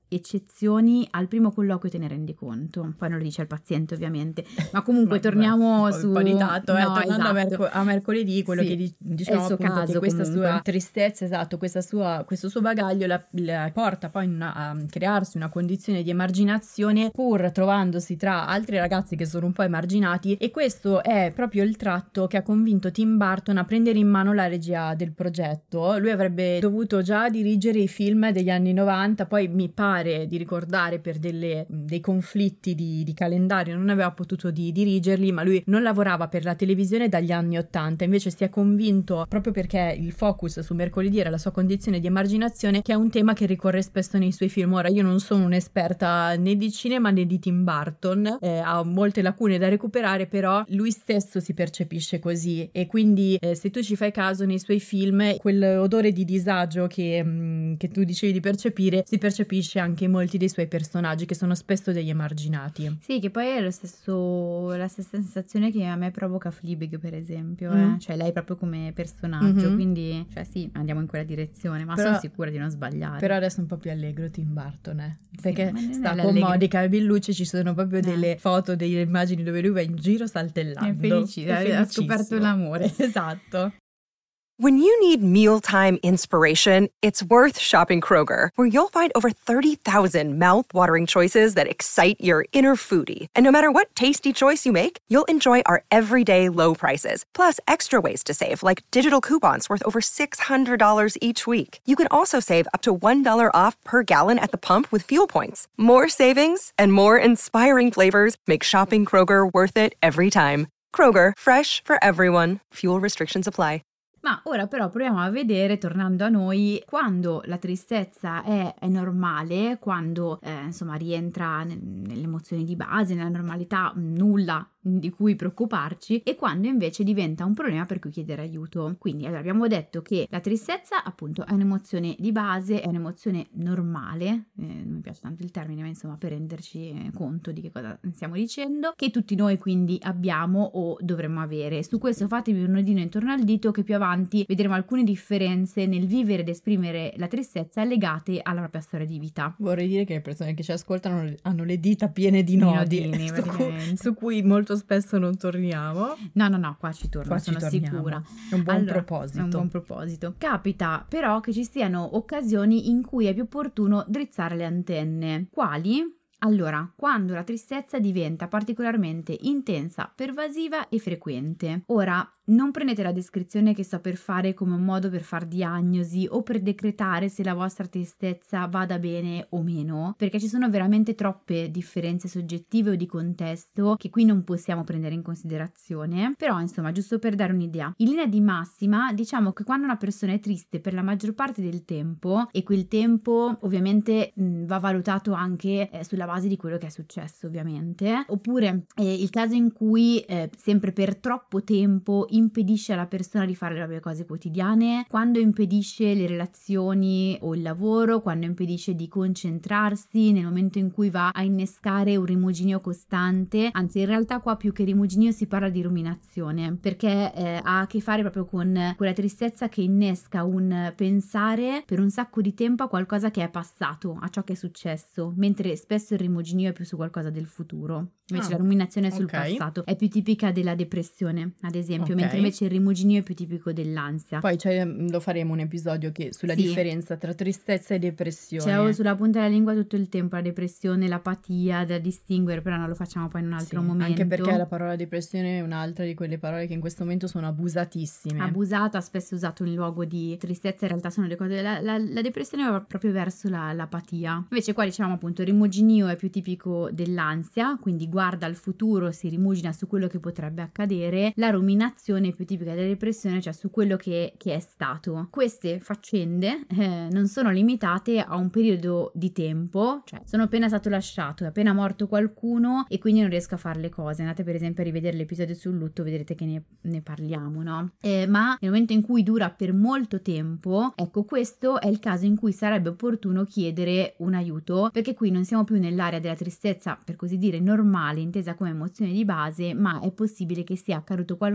eccezioni al primo colloquio te ne rendi conto, poi non lo dice al paziente ovviamente, ma comunque ma torniamo beh, su un po' di tatto, eh, no, tornando esatto. a, merc- a mercoledì, quello sì, che diciamo appunto caso, che questa comunque. sua tristezza, esatto, questa sua, questo suo bagaglio la, la porta poi una, a crearsi una condizione di emarginazione, pur trovandosi tra altri ragazzi che sono un po' emarginati, e questo è proprio il tratto che ha convinto Tim Burton a prendere in mano la regia del progetto. Lui avrebbe dovuto già dirigere i film degli anni novanta, poi mi pare di ricordare per delle, dei conflitti di, di calendario non aveva potuto di dirigerli, ma lui non lavorava per la televisione dagli anni ottanta, invece si è convinto, proprio perché il focus su mercoledì era la sua condizione di emarginazione, che è un tema che ricorre spesso nei suoi film. Ora io non sono un'esperta né di cinema né di Tim Burton, eh, ha molte lacune da recuperare, però lui stesso si percepisce così, e quindi eh, se tu ci fai caso nei suoi film quell'odore di disagio che, mh, che tu dicevi di percepire si percepisce anche in molti dei suoi personaggi, che sono spesso degli emarginati. Sì, che poi è lo stesso, la stessa sensazione che a me provoca Fleabag, per esempio, mm. eh? Cioè lei proprio come personaggio, mm-hmm. quindi cioè sì, andiamo in quella direzione, ma però, sono sicura di non sbagliare. Però adesso è un po' più allegro Tim Burton, eh? Perché sì, sta con Monica e Bellucci, ci sono proprio no. delle foto, delle immagini dove lui va in giro saltellando. È felice, ha scoperto l'amore. Esatto. When you need mealtime inspiration, it's worth shopping Kroger, where you'll find over thirty thousand mouth-watering choices that excite your inner foodie. And no matter what tasty choice you make, you'll enjoy our everyday low prices, plus extra ways to save, like digital coupons worth over six hundred dollars each week. You can also save up to one dollar off per gallon at the pump with fuel points. More savings and more inspiring flavors make shopping Kroger worth it every time. Kroger, fresh for everyone. Fuel restrictions apply. Ma ora però proviamo a vedere, tornando a noi, quando la tristezza è, è normale, quando eh, insomma rientra nel, nelle emozioni di base, nella normalità, nulla di cui preoccuparci, e quando invece diventa un problema per cui chiedere aiuto. Quindi allora, abbiamo detto che la tristezza appunto è un'emozione di base, è un'emozione normale, eh, non mi piace tanto il termine, ma insomma per renderci conto di che cosa stiamo dicendo, che tutti noi quindi abbiamo o dovremmo avere. Su questo fatevi un nodino intorno al dito, che più avanti vedremo alcune differenze nel vivere ed esprimere la tristezza legate alla propria storia di vita. Vorrei dire che le persone che ci ascoltano hanno le dita piene di nodi, nodini, su, cui, su cui molto spesso non torniamo. No, no, no, qua ci torno, qua sono ci sicura. È un buon allora, proposito. È un buon proposito. Capita però che ci siano occasioni in cui è più opportuno drizzare le antenne. Quali? Allora, quando la tristezza diventa particolarmente intensa, pervasiva e frequente. Ora, non prendete la descrizione che sto per fare come un modo per far diagnosi o per decretare se la vostra tristezza vada bene o meno, perché ci sono veramente troppe differenze soggettive o di contesto che qui non possiamo prendere in considerazione. Però, insomma, giusto per dare un'idea, in linea di massima diciamo che quando una persona è triste per la maggior parte del tempo, e quel tempo ovviamente mh, va valutato anche eh, sulla base di quello che è successo, ovviamente, oppure eh, il caso in cui eh, sempre per troppo tempo impedisce alla persona di fare le proprie cose quotidiane, quando impedisce le relazioni o il lavoro, quando impedisce di concentrarsi, nel momento in cui va a innescare un rimuginio costante. Anzi, in realtà qua più che rimuginio si parla di ruminazione, perché eh, ha a che fare proprio con quella tristezza che innesca un pensare per un sacco di tempo a qualcosa che è passato, a ciò che è successo, mentre spesso il rimuginio è più su qualcosa del futuro. Invece ah, la ruminazione è sul okay. passato. È più tipica della depressione, ad esempio, okay. mentre invece il rimuginio è più tipico dell'ansia. Poi cioè, lo faremo un episodio che sulla sì. differenza tra tristezza e depressione. C'è sulla punta della lingua tutto il tempo la depressione, l'apatia da distinguere, però non lo facciamo poi in un altro sì, momento. Anche perché la parola depressione è un'altra di quelle parole che in questo momento sono abusatissime. Abusata, spesso usato in luogo di tristezza, in realtà sono le cose. La, la, la depressione va proprio verso la, l'apatia. Invece qua diciamo appunto il rimuginio è più tipico dell'ansia, quindi guarda al futuro, si rimugina su quello che potrebbe accadere. La ruminazione è più tipica della depressione, cioè su quello che, che è stato. Queste faccende eh, non sono limitate a un periodo di tempo, cioè sono appena stato lasciato, è appena morto qualcuno e quindi non riesco a fare le cose. Andate per esempio a rivedere l'episodio sul lutto, vedrete che ne, ne parliamo, no? Eh, ma nel momento in cui dura per molto tempo, ecco, questo è il caso in cui sarebbe opportuno chiedere un aiuto, perché qui non siamo più nell'area della tristezza, per così dire, normale, intesa come emozione di base, ma è possibile che sia accaduto qualcosa che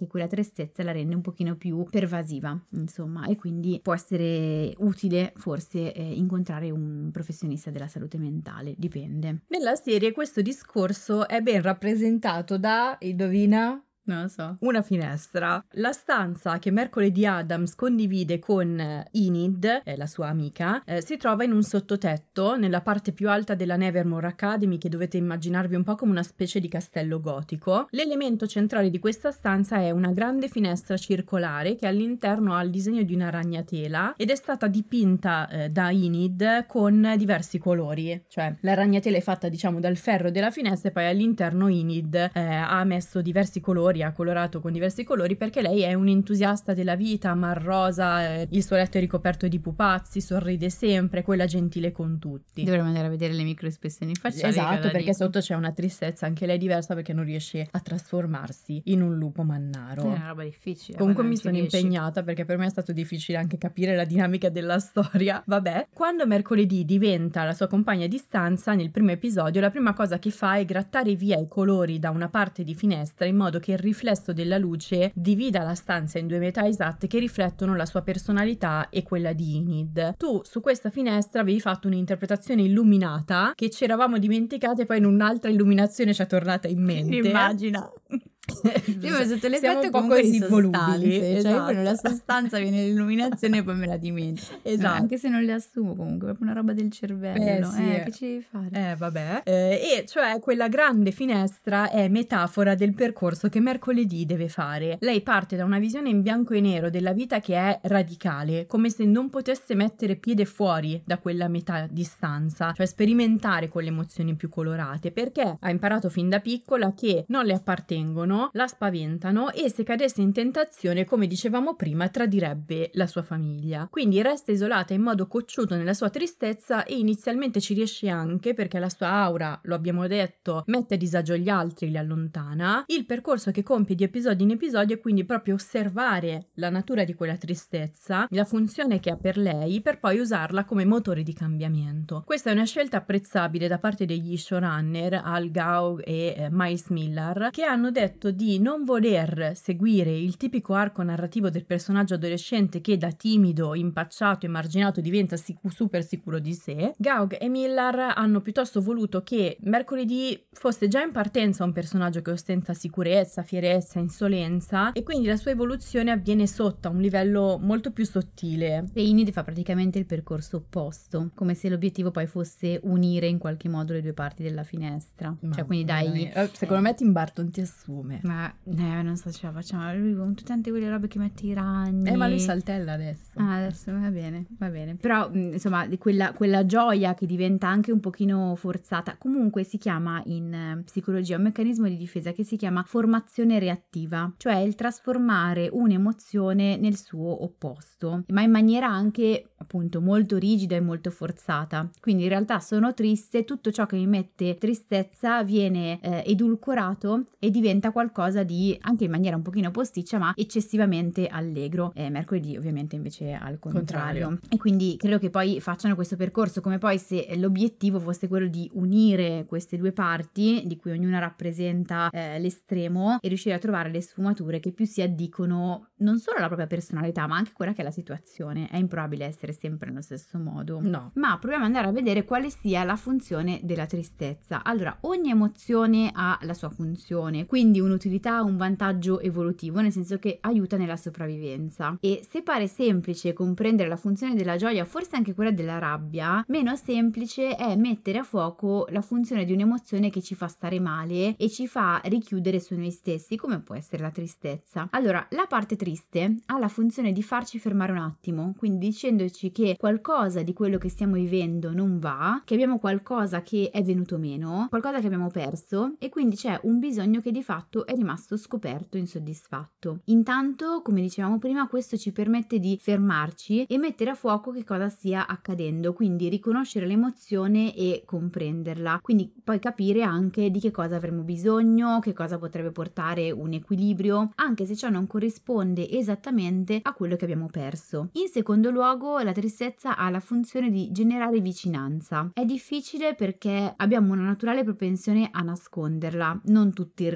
che quella tristezza la rende un pochino più pervasiva, insomma, e quindi può essere utile forse eh, incontrare un professionista della salute mentale, dipende. Nella serie questo discorso è ben rappresentato da, indovina? Non lo so. Una finestra. La stanza che Mercoledì Addams condivide con Enid, eh, la sua amica, eh, si trova in un sottotetto nella parte più alta della Nevermore Academy, che dovete immaginarvi un po' come una specie di castello gotico. L'elemento centrale di questa stanza è una grande finestra circolare che all'interno ha il disegno di una ragnatela ed è stata dipinta eh, da Enid con diversi colori. Cioè la ragnatela è fatta, diciamo, dal ferro della finestra e poi all'interno Enid eh, ha messo diversi colori, ha colorato con diversi colori, perché lei è un entusiasta della vita, ama il rosa, eh, il suo letto è ricoperto di pupazzi, sorride sempre, quella gentile con tutti. Dovremmo andare a vedere le microespressioni facciali. Esatto, perché sotto c'è una tristezza, anche lei diversa, perché non riesce a trasformarsi in un lupo mannaro. È una roba difficile. Comunque mi sono riesci. impegnata, perché per me è stato difficile anche capire la dinamica della storia. Vabbè, quando Mercoledì diventa la sua compagna di stanza nel primo episodio, la prima cosa che fa è grattare via i colori da una parte di finestra in modo che il riflesso della luce divida la stanza in due metà esatte che riflettono la sua personalità e quella di Enid. Tu su questa finestra avevi fatto un'interpretazione illuminata che ci eravamo dimenticate e poi in un'altra illuminazione ci è tornata in mente. Immagina. Io ho sotto l'effetto un po' comunque così di sostanze, volubili, cioè esatto. io poi nella sostanza viene l'illuminazione e poi me la dimentico. Esatto. Eh, anche se non le assumo, comunque è proprio una roba del cervello. Eh, sì. eh, che ci devi fare? Eh vabbè, eh, e cioè quella grande finestra è metafora del percorso che Mercoledì deve fare. Lei parte da una visione in bianco e nero della vita che è radicale, come se non potesse mettere piede fuori da quella metà distanza, cioè sperimentare con le emozioni più colorate, perché ha imparato fin da piccola che non le appartengono, la spaventano e se cadesse in tentazione, come dicevamo prima, tradirebbe la sua famiglia. Quindi resta isolata in modo cocciuto nella sua tristezza e inizialmente ci riesce anche perché la sua aura, lo abbiamo detto, mette a disagio gli altri, li allontana. Il percorso che compie di episodio in episodio è quindi proprio osservare la natura di quella tristezza, la funzione che ha per lei, per poi usarla come motore di cambiamento. Questa è una scelta apprezzabile da parte degli showrunner Al Gaug e eh, Miles Millar, che hanno detto di non voler seguire il tipico arco narrativo del personaggio adolescente che da timido, impacciato, emarginato diventa sic- super sicuro di sé. Gaug e Millar hanno piuttosto voluto che Mercoledì fosse già in partenza un personaggio che ostenta sicurezza, fierezza, insolenza, e quindi la sua evoluzione avviene sotto a un livello molto più sottile. E Enid fa praticamente il percorso opposto, come se l'obiettivo poi fosse unire in qualche modo le due parti della finestra. Ma cioè quindi dai, eh, secondo me Tim Burton ti assume. ma eh, non so ce la facciamo, lui con tutte tante quelle robe che mette i ragni. Eh ma lui saltella adesso. Ah, adesso va bene, va bene. Però mh, insomma di quella, quella gioia che diventa anche un pochino forzata, comunque si chiama in eh, psicologia un meccanismo di difesa che si chiama formazione reattiva, cioè il trasformare un'emozione nel suo opposto, ma in maniera anche appunto molto rigida e molto forzata. Quindi in realtà sono triste, tutto ciò che mi mette tristezza viene eh, edulcorato e diventa qualcosa di, anche in maniera un pochino posticcia, ma eccessivamente allegro. Eh, Mercoledì ovviamente invece è al contrario. contrario. E quindi credo che poi facciano questo percorso come poi se l'obiettivo fosse quello di unire queste due parti, di cui ognuna rappresenta eh, l'estremo, e riuscire a trovare le sfumature che più si addicono non solo alla propria personalità, ma anche quella che è la situazione. È improbabile essere sempre nello stesso modo. No. Ma proviamo ad andare a vedere quale sia la funzione della tristezza. Allora, ogni emozione ha la sua funzione, quindi un'utilità, un vantaggio evolutivo, nel senso che aiuta nella sopravvivenza. E se pare semplice comprendere la funzione della gioia, forse anche quella della rabbia, meno semplice è mettere a fuoco la funzione di un'emozione che ci fa stare male e ci fa richiudere su noi stessi, come può essere la tristezza. Allora, la parte triste ha la funzione di farci fermare un attimo, quindi dicendoci che qualcosa di quello che stiamo vivendo non va, che abbiamo qualcosa che è venuto meno, qualcosa che abbiamo perso, e quindi c'è un bisogno che di fatto è rimasto scoperto, insoddisfatto. Intanto, come dicevamo prima, questo ci permette di fermarci e mettere a fuoco che cosa stia accadendo, quindi riconoscere l'emozione e comprenderla, quindi poi capire anche di che cosa avremo bisogno, che cosa potrebbe portare un equilibrio, anche se ciò non corrisponde esattamente a quello che abbiamo perso. In secondo luogo, la tristezza ha la funzione di generare vicinanza. È difficile perché abbiamo una naturale propensione a nasconderla, non tutti in realtà,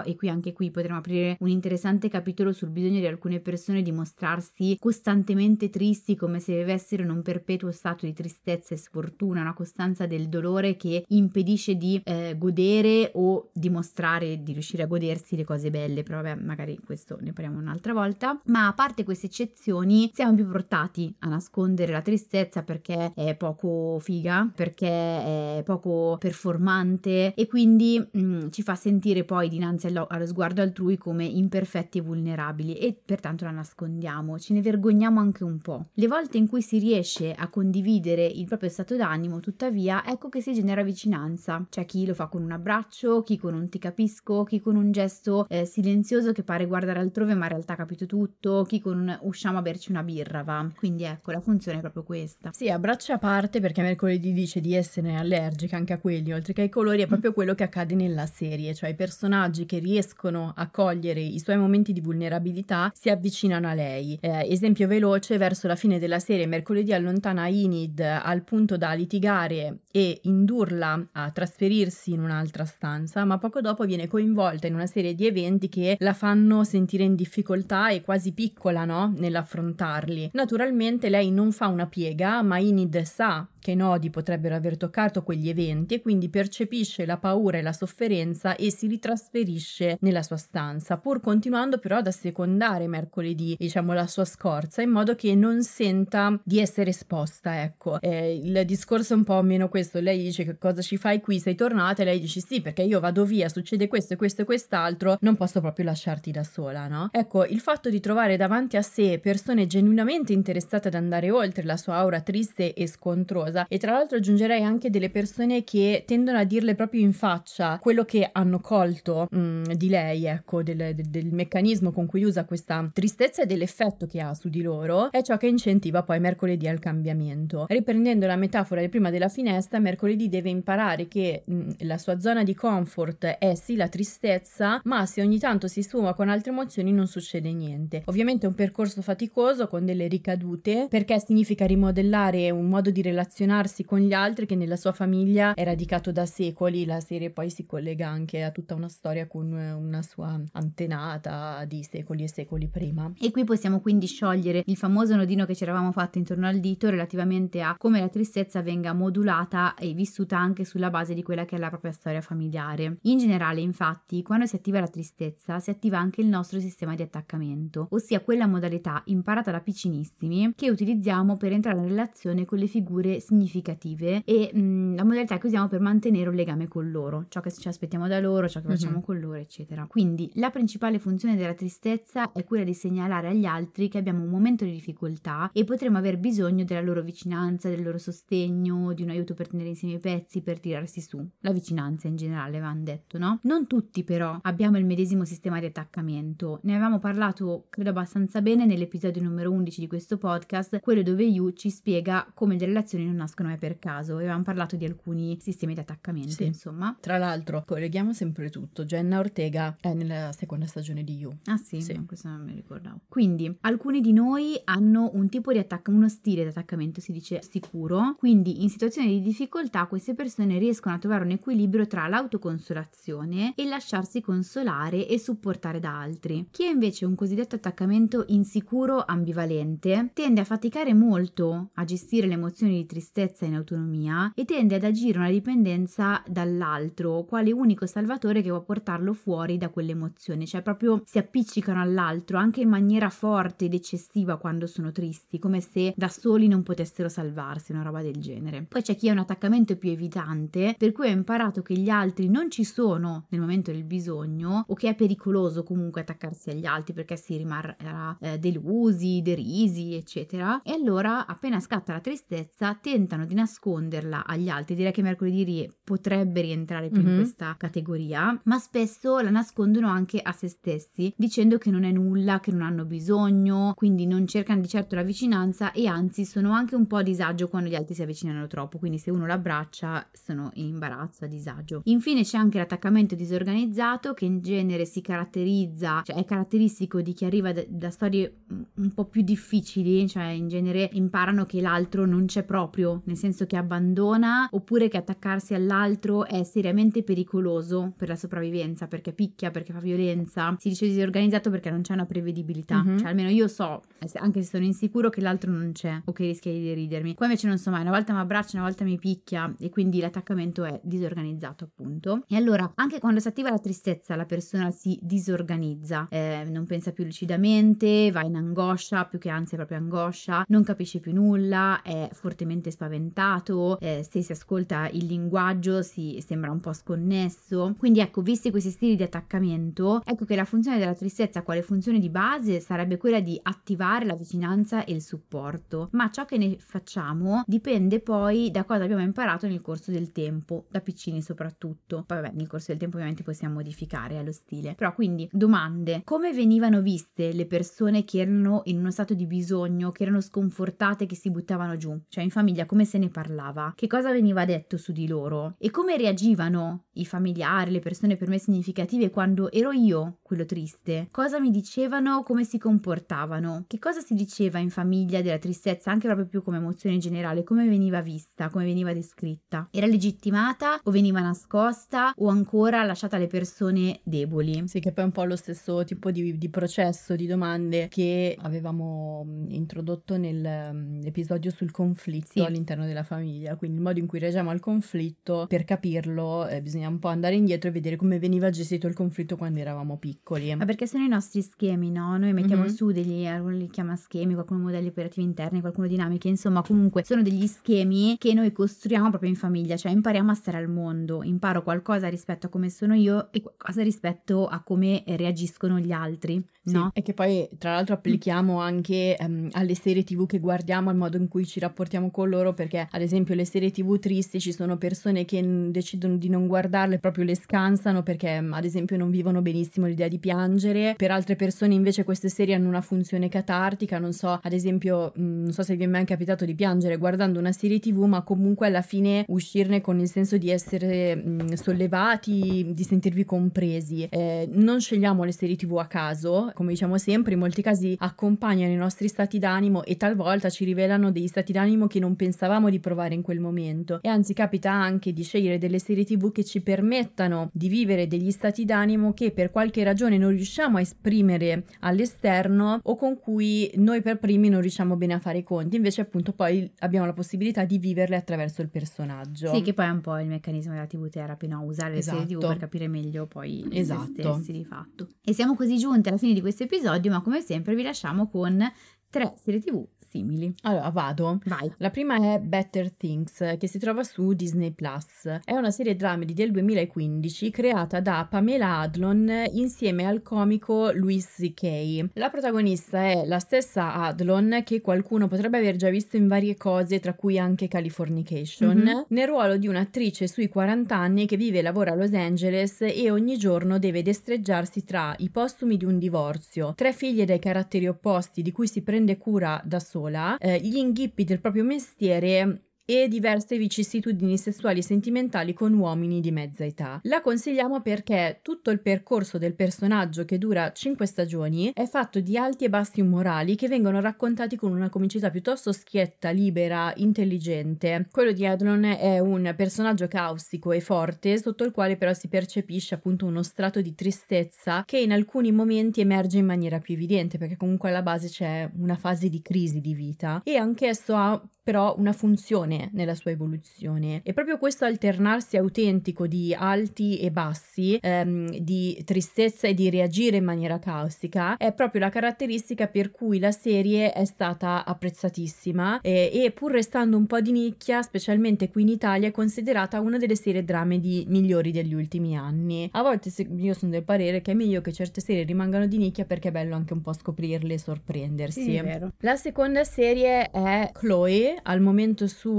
e qui anche qui potremmo aprire un interessante capitolo sul bisogno di alcune persone di mostrarsi costantemente tristi, come se vivessero in un perpetuo stato di tristezza e sfortuna, una costanza del dolore che impedisce di eh, godere o dimostrare di riuscire a godersi le cose belle. Però vabbè, magari questo ne parliamo un'altra volta. Ma a parte queste eccezioni, siamo più portati a nascondere la tristezza perché è poco figa, perché è poco performante e quindi mh, ci fa sentire poi dinanzi allo, allo sguardo altrui come imperfetti e vulnerabili, e pertanto la nascondiamo, ce ne vergogniamo anche un po'. Le volte in cui si riesce a condividere il proprio stato d'animo, tuttavia, ecco che si genera vicinanza. C'è chi lo fa con un abbraccio, chi con un ti capisco, chi con un gesto eh, silenzioso che pare guardare altrove ma in realtà ha capito tutto, chi con un usciamo a berci una birra, va. Quindi ecco, la funzione è proprio questa. Sì, abbracci a parte, perché mercoledì dice di essere allergica anche a quelli, oltre che ai colori, è proprio quello che accade nella serie, cioè i personaggi che riescono a cogliere i suoi momenti di vulnerabilità si avvicinano a lei. Eh, esempio veloce, verso la fine della serie mercoledì allontana Enid al punto da litigare e indurla a trasferirsi in un'altra stanza, ma poco dopo viene coinvolta in una serie di eventi che la fanno sentire in difficoltà e quasi piccola, no? Nell'affrontarli. Naturalmente lei non fa una piega, ma Enid sa che nodi potrebbero aver toccato quegli eventi e quindi percepisce la paura e la sofferenza e si ritrasferisce nella sua stanza, pur continuando però ad assecondare mercoledì, diciamo, la sua scorza, in modo che non senta di essere esposta, ecco. Eh, il discorso è un po' meno questo. Lei dice: che cosa ci fai qui, sei tornata? E lei dice: sì, perché io vado via, succede questo e questo e quest'altro, non posso proprio lasciarti da sola, no? Ecco, il fatto di trovare davanti a sé persone genuinamente interessate ad andare oltre la sua aura triste e scontrosa, e tra l'altro aggiungerei anche delle persone che tendono a dirle proprio in faccia quello che hanno colto mh, di lei, ecco, del, del, del meccanismo con cui usa questa tristezza e dell'effetto che ha su di loro, è ciò che incentiva poi mercoledì al cambiamento. Riprendendo la metafora di prima della finestra, mercoledì deve imparare che mh, la sua zona di comfort è sì la tristezza, ma se ogni tanto si sfuma con altre emozioni non succede niente. Ovviamente è un percorso faticoso con delle ricadute, perché significa rimodellare un modo di relazionarsi con gli altri che nella sua famiglia è radicato da secoli. La serie poi si collega anche a tutta una storia con una sua antenata di secoli e secoli prima. E qui possiamo quindi sciogliere il famoso nodino che ci eravamo fatti intorno al dito relativamente a come la tristezza venga modulata e vissuta anche sulla base di quella che è la propria storia familiare. In generale, infatti, quando si attiva la tristezza si attiva anche il nostro sistema di attaccamento, ossia quella modalità imparata da piccinissimi che utilizziamo per entrare in relazione con le figure significative e mh, la modalità che usiamo per mantenere un legame con loro, ciò che ci aspettiamo da loro, ciò che facciamo mm-hmm. con loro, eccetera. Quindi la principale funzione della tristezza è quella di segnalare agli altri che abbiamo un momento di difficoltà e potremo aver bisogno della loro vicinanza, del loro sostegno, di un aiuto per tenere insieme i pezzi, per tirarsi su. La vicinanza in generale, va detto, no? Non tutti però abbiamo il medesimo sistema di attaccamento. Ne avevamo parlato, credo, abbastanza bene nell'episodio numero undici di questo podcast, quello dove Yu ci spiega come le relazioni non nascono mai per caso. Avevamo parlato di alcuni sistemi di attaccamento, sì. Insomma. Tra l'altro, colleghiamo sempre tutto. Jenna Ortega è nella seconda stagione di You. Ah sì? sì. No, questo non mi ricordavo. Quindi, alcuni di noi hanno un tipo di attaccamento, uno stile di attaccamento, si dice sicuro. Quindi, in situazioni di difficoltà, queste persone riescono a trovare un equilibrio tra l'autoconsolazione e lasciarsi consolare e supportare da altri. Chi è invece un cosiddetto attaccamento insicuro ambivalente tende a faticare molto a gestire le emozioni di tristezza in autonomia e tende ad agire una dipendenza dall'altro quale unico salvatore che può portarlo fuori da quell'emozione, cioè proprio si appiccicano all'altro anche in maniera forte ed eccessiva quando sono tristi, come se da soli non potessero salvarsi, una roba del genere. Poi c'è chi ha un attaccamento più evitante, per cui ha imparato che gli altri non ci sono nel momento del bisogno o che è pericoloso comunque attaccarsi agli altri perché si rimarrà eh, delusi, derisi, eccetera, e allora appena scatta la tristezza tentano di nasconderla agli altri. Direi che mercoledì potrebbe rientrare più mm-hmm. in questa categoria, ma spesso la nascondono anche a se stessi dicendo che non è nulla, che non hanno bisogno, quindi non cercano di certo la vicinanza e anzi sono anche un po' a disagio quando gli altri si avvicinano troppo, quindi se uno l'abbraccia sono in imbarazzo, a disagio. Infine c'è anche l'attaccamento disorganizzato che in genere si caratterizza, cioè è caratteristico di chi arriva da, da storie un po' più difficili, cioè in genere imparano che l'altro non c'è proprio dubbio, nel senso che abbandona, oppure che attaccarsi all'altro è seriamente pericoloso per la sopravvivenza, perché picchia, perché fa violenza. Si dice disorganizzato perché non c'è una prevedibilità, mm-hmm. cioè almeno io so, anche se sono insicuro, che l'altro non c'è o che rischia di deridermi. Qua invece non so mai, una volta mi abbraccia, una volta mi picchia, e quindi l'attaccamento è disorganizzato, appunto. E allora anche quando si attiva la tristezza la persona si disorganizza, eh, non pensa più lucidamente, va in angoscia, più che ansia proprio angoscia, non capisce più nulla, è fortemente spaventato, eh, se si ascolta il linguaggio si sembra un po' sconnesso. Quindi ecco, visti questi stili di attaccamento, ecco che la funzione della tristezza, quale funzione di base, sarebbe quella di attivare la vicinanza e il supporto, ma ciò che ne facciamo dipende poi da cosa abbiamo imparato nel corso del tempo, da piccini soprattutto. Poi vabbè, nel corso del tempo ovviamente possiamo modificare eh, lo stile. Però quindi domande: come venivano viste le persone che erano in uno stato di bisogno, che erano sconfortate, che si buttavano giù? Cioè in famiglia come se ne parlava? Che cosa veniva detto su di loro? E come reagivano i familiari, le persone per me significative quando ero io quello triste? Cosa mi dicevano? Come si comportavano? Che cosa si diceva in famiglia della tristezza, anche proprio più come emozione generale? Come veniva vista? Come veniva descritta? Era legittimata o veniva nascosta o ancora lasciata alle persone deboli? Sì, che poi è un po' lo stesso tipo di, di processo, di domande che avevamo introdotto nell'episodio sul conflitto, sì, all'interno della famiglia. Quindi il modo in cui reagiamo al conflitto, per capirlo eh, bisogna un po' andare indietro e vedere come veniva gestito il conflitto quando eravamo piccoli. Ma perché sono i nostri schemi, no? Noi mettiamo mm-hmm. su degli, qualcuno li chiama schemi, qualcuno modelli operativi interni, qualcuno dinamiche, insomma comunque sono degli schemi che noi costruiamo proprio in famiglia, cioè impariamo a stare al mondo, imparo qualcosa rispetto a come sono io e qualcosa rispetto a come reagiscono gli altri, sì, no? E che poi tra l'altro applichiamo mm. anche um, alle serie tv che guardiamo, al modo in cui ci rapportiamo con loro, perché ad esempio le serie tv tristi ci sono persone che n- decidono di non guardarle, proprio le scansano perché ad esempio non vivono benissimo l'idea di piangere. Per altre persone invece queste serie hanno una funzione catartica, non so, ad esempio mh, non so se vi è mai capitato di piangere guardando una serie tv, ma comunque alla fine uscirne con il senso di essere mh, sollevati, di sentirvi compresi. Eh, non scegliamo le serie tv a caso, come diciamo sempre, in molti casi accompagnano i nostri stati d'animo e talvolta ci rivelano degli stati d'animo che non pensavamo di provare in quel momento, e anzi capita anche di scegliere delle serie tv che ci permettano di vivere degli stati d'animo che per qualche ragione non riusciamo a esprimere all'esterno o con cui noi per primi non riusciamo bene a fare i conti, invece appunto poi abbiamo la possibilità di viverle attraverso il personaggio. Sì, che poi è un po' il meccanismo della tivù therapy, no? Usare le esatto. serie tv per capire meglio poi esatto. se stessi di fatto. E siamo così giunti alla fine di questo episodio, ma come sempre vi lasciamo con tre serie tv simili. Allora vado. Vai. La prima è Better Things, che si trova su Disney Plus. È una serie dramedy del duemilaquindici creata da Pamela Adlon insieme al comico Louis C K. La protagonista è la stessa Adlon che qualcuno potrebbe aver già visto in varie cose, tra cui anche Californication, mm-hmm. nel ruolo di un'attrice sui quaranta anni che vive e lavora a Los Angeles e ogni giorno deve destreggiarsi tra i postumi di un divorzio, tre figlie dai caratteri opposti di cui si prende cura da sola, Eh, gli inghippi del proprio mestiere e diverse vicissitudini sessuali e sentimentali con uomini di mezza età. La consigliamo perché tutto il percorso del personaggio, che dura cinque stagioni, è fatto di alti e bassi umorali che vengono raccontati con una comicità piuttosto schietta, libera, intelligente. Quello di Adlon è un personaggio caustico e forte, sotto il quale però si percepisce appunto uno strato di tristezza che in alcuni momenti emerge in maniera più evidente, perché comunque alla base c'è una fase di crisi di vita, e anch'esso ha però una funzione nella sua evoluzione, e proprio questo alternarsi autentico di alti e bassi, ehm, di tristezza e di reagire in maniera caustica, è proprio la caratteristica per cui la serie è stata apprezzatissima e, e pur restando un po' di nicchia, specialmente qui in Italia, è considerata una delle serie dramedy migliori degli ultimi anni. A volte se, io sono del parere che è meglio che certe serie rimangano di nicchia, perché è bello anche un po' scoprirle e sorprendersi. Sì, è vero. La seconda serie è Chloe, al momento su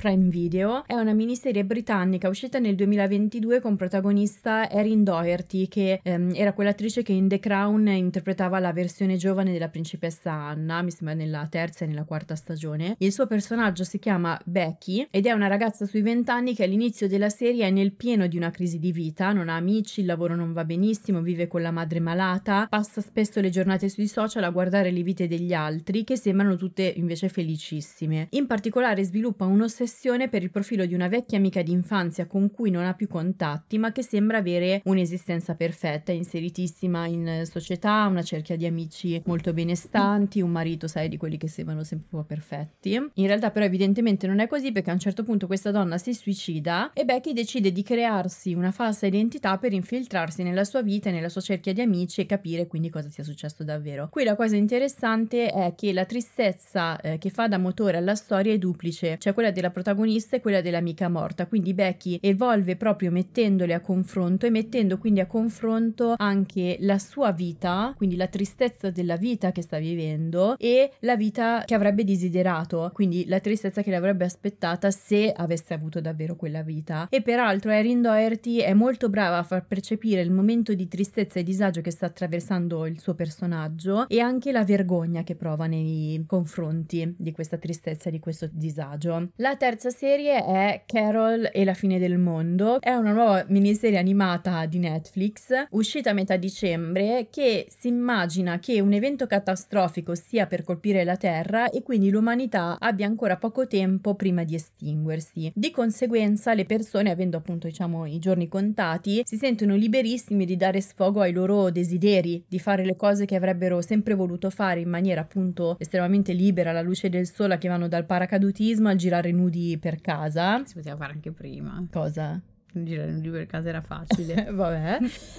Prime Video. È una miniserie britannica uscita nel duemilaventidue con protagonista Erin Doherty, che ehm, era quell'attrice che in The Crown interpretava la versione giovane della principessa Anna, mi sembra nella terza e nella quarta stagione. Il suo personaggio si chiama Becky ed è una ragazza sui vent'anni che all'inizio della serie è nel pieno di una crisi di vita, non ha amici, il lavoro non va benissimo, vive con la madre malata, passa spesso le giornate sui social a guardare le vite degli altri che sembrano tutte invece felicissime. In particolare sviluppa un'ossessione per il profilo di una vecchia amica d'infanzia con cui non ha più contatti ma che sembra avere un'esistenza perfetta, inseritissima in società, una cerchia di amici molto benestanti, un marito, sai, di quelli che sembrano sempre un po' perfetti. In realtà però evidentemente non è così, perché a un certo punto questa donna si suicida e Becky decide di crearsi una falsa identità per infiltrarsi nella sua vita e nella sua cerchia di amici e capire quindi cosa sia successo davvero. Qui la cosa interessante è che la tristezza eh, che fa da motore alla storia è duplice, cioè quella della protagonista e quella dell'amica morta, quindi Becky evolve proprio mettendole a confronto e mettendo quindi a confronto anche la sua vita, quindi la tristezza della vita che sta vivendo e la vita che avrebbe desiderato, quindi la tristezza che le avrebbe aspettata se avesse avuto davvero quella vita. E peraltro Erin Doherty è molto brava a far percepire il momento di tristezza e disagio che sta attraversando il suo personaggio e anche la vergogna che prova nei confronti di questa tristezza e di questo disagio. La terza serie è Carol e la fine del mondo, è una nuova miniserie animata di Netflix uscita a metà dicembre che si immagina che un evento catastrofico stia per colpire la Terra e quindi l'umanità abbia ancora poco tempo prima di estinguersi. Di conseguenza le persone, avendo appunto diciamo i giorni contati, si sentono liberissimi di dare sfogo ai loro desideri, di fare le cose che avrebbero sempre voluto fare in maniera appunto estremamente libera, alla luce del sole, che vanno dal paracadutismo al girare nudi per casa. Si poteva fare anche prima. Cosa? Girare nudi per casa era facile. Vabbè.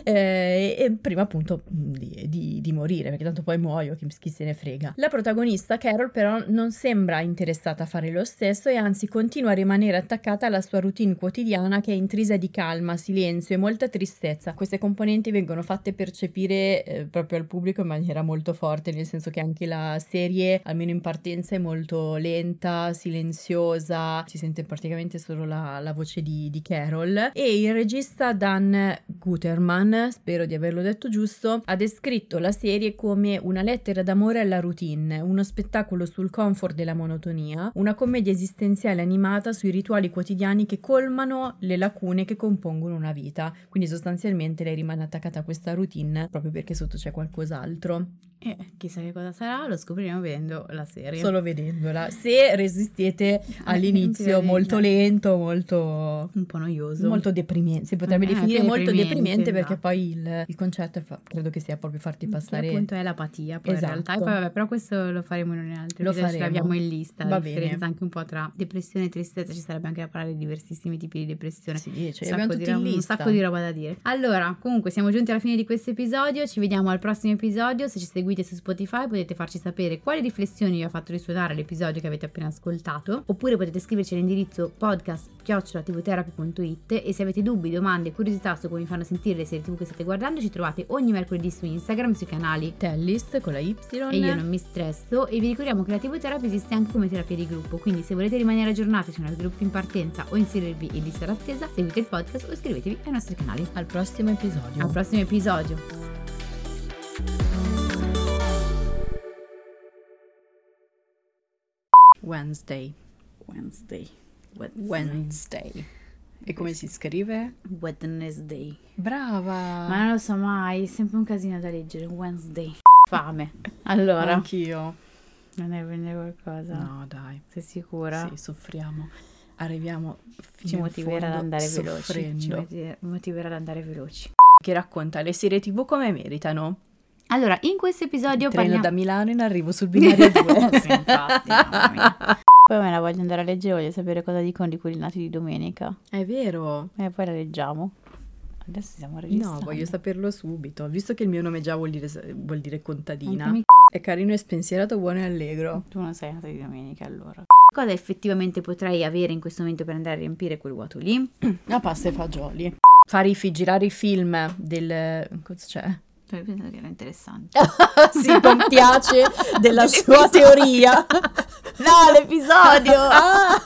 Eh, e prima appunto di, di, di morire, perché tanto poi muoio, chi, chi se ne frega. La protagonista Carol però non sembra interessata a fare lo stesso e anzi continua a rimanere attaccata alla sua routine quotidiana che è intrisa di calma, silenzio e molta tristezza. Queste componenti vengono fatte percepire eh, proprio al pubblico in maniera molto forte, nel senso che anche la serie, almeno in partenza, è molto lenta, silenziosa, si sente praticamente solo la, la voce di, di Carol. E il regista Dan Guterman, spero di averlo detto giusto, ha descritto la serie come una lettera d'amore alla routine, uno spettacolo sul comfort della monotonia, una commedia esistenziale animata sui rituali quotidiani che colmano le lacune che compongono una vita. Quindi sostanzialmente lei rimane attaccata a questa routine proprio perché sotto c'è qualcos'altro. E chissà che cosa sarà, lo scopriremo vedendo la serie. Solo vedendola. Se resistete all'inizio molto lento, molto un po' noioso, molto deprimente, si potrebbe eh, definire molto deprimente, deprimente esatto. Perché poi il, il concetto è fa- credo che sia proprio farti passare, che appunto è l'apatia poi esatto. in realtà. E poi vabbè, però questo lo faremo in un altro lo episodio, ce l'abbiamo in lista. La Va differenza bene. anche un po' tra depressione e tristezza, ci sarebbe anche da parlare di diversissimi tipi di depressione. Sì, cioè un, abbiamo sacco tutti di in roba, un lista. sacco di roba da dire. Allora, comunque siamo giunti alla fine di questo episodio, ci vediamo al prossimo episodio. Se ci seguite su Spotify potete farci sapere quali riflessioni vi ha fatto risuonare l'episodio che avete appena ascoltato, oppure potete scriverci all'indirizzo podcast chiocciola tvtherapy punto it. E se avete dubbi, domande, curiosità su come vi fanno sentire le serie tv che state guardando, ci trovate ogni mercoledì su Instagram sui canali Tellist con la Y e Io Non Mi Stresso. E vi ricordiamo che la T V Therapy esiste anche come terapia di gruppo, quindi se volete rimanere aggiornati su nuovi gruppi in partenza o inserirvi in lista d'attesa, seguite il podcast o iscrivetevi ai nostri canali. Al prossimo episodio. Al prossimo episodio. Wednesday. Wednesday. Wednesday. E come si scrive? Wednesday. Brava! Ma non lo so mai, è sempre un casino da leggere. Wednesday. Fame. Allora. Anch'io. Non è prendere qualcosa? No, dai. Sei sicura? Sì, soffriamo. Arriviamo fino Ci motiverà ad andare veloci. soffrendo. Ci motiverà ad andare veloci. Che racconta le serie tv come meritano. Allora, in questo episodio Treno parliamo... da Milano in arrivo sul binario due. Sì, infatti, mamma mia. Poi me la voglio andare a leggere, voglio sapere cosa dicono di quelli nati di domenica. È vero. E poi la leggiamo. Adesso stiamo registrando. No, voglio saperlo subito. Visto che il mio nome già vuol dire, vuol dire contadina. Anche mi... È carino e spensierato, buono e allegro. Tu non sei nata di domenica, allora. Cosa effettivamente potrei avere in questo momento per andare a riempire quel vuoto lì? La pasta e fagioli. Fare i fi- girare i film del... cosa c'è? Cioè, penso che era interessante. Si compiace della sua teoria. No, l'episodio! Ah.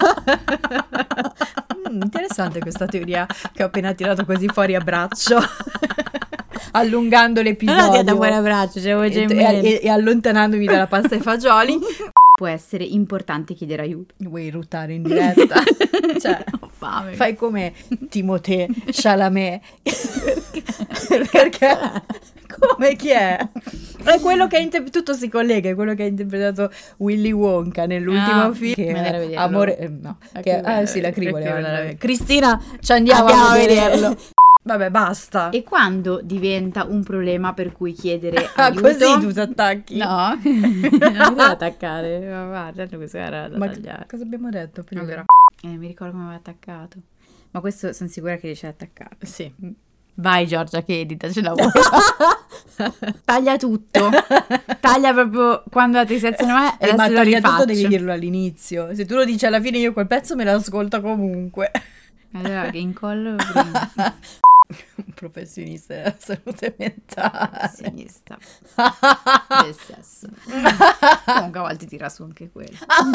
Mm, interessante questa teoria che ho appena tirato così fuori a braccio. Allungando l'episodio. Non ho detto fuori a braccio, cioè, e, e, e allontanandomi dalla pasta ai fagioli. Può essere importante chiedere aiuto. Vuoi ruttare in diretta? Cioè, ho fame. Fai come Timothée Chalamet. Perché? Come chi è? È quello che ha inter- tutto si collega, è quello che ha interpretato Willy Wonka nell'ultimo ah, film. Che è vederlo. Amore, eh, no, che, ah sì, la Crì voleva andare a vedere. Cristina, ci andiamo, andiamo a a vederlo. vederlo. Vabbè, basta. E quando diventa un problema per cui chiedere ah, aiuto? Così tu ti attacchi? No, non devo attaccare. Ma guarda, questo era da Ma tagliare. cosa abbiamo detto prima? Allora, eh, mi ricordo come aveva attaccato. Ma questo sono sicura che riesce ad attaccare. Sì. Vai Giorgia che edita, ce la vuoi. Taglia tutto. Taglia proprio quando la tristezza è. Eh, ma taglia rifaccio. tutto, devi dirlo all'inizio. Se tu lo dici alla fine io quel pezzo me l'ascolto comunque. Allora che incollo prima. Un professionista della salute mentale. Sinistra del sesso. Comunque a volte tira su anche quello.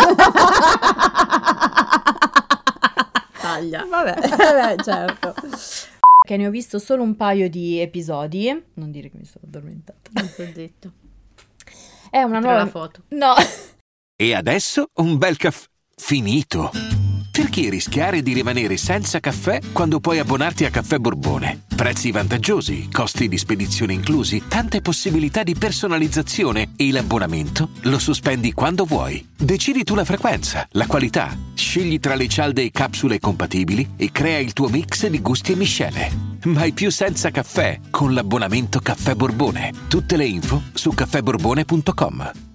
Taglia. Vabbè, vabbè, certo. Che ne ho visto solo un paio di episodi. Non dire che mi sono addormentata. Non t'ho detto. È una Tra nuova la foto. No. E adesso un bel caffè finito. Perché rischiare di rimanere senza caffè quando puoi abbonarti a Caffè Borbone? Prezzi vantaggiosi, costi di spedizione inclusi, tante possibilità di personalizzazione e l'abbonamento lo sospendi quando vuoi. Decidi tu la frequenza, la qualità, scegli tra le cialde e capsule compatibili e crea il tuo mix di gusti e miscele. Mai più senza caffè con l'abbonamento Caffè Borbone. Tutte le info su caffè borbone punto com.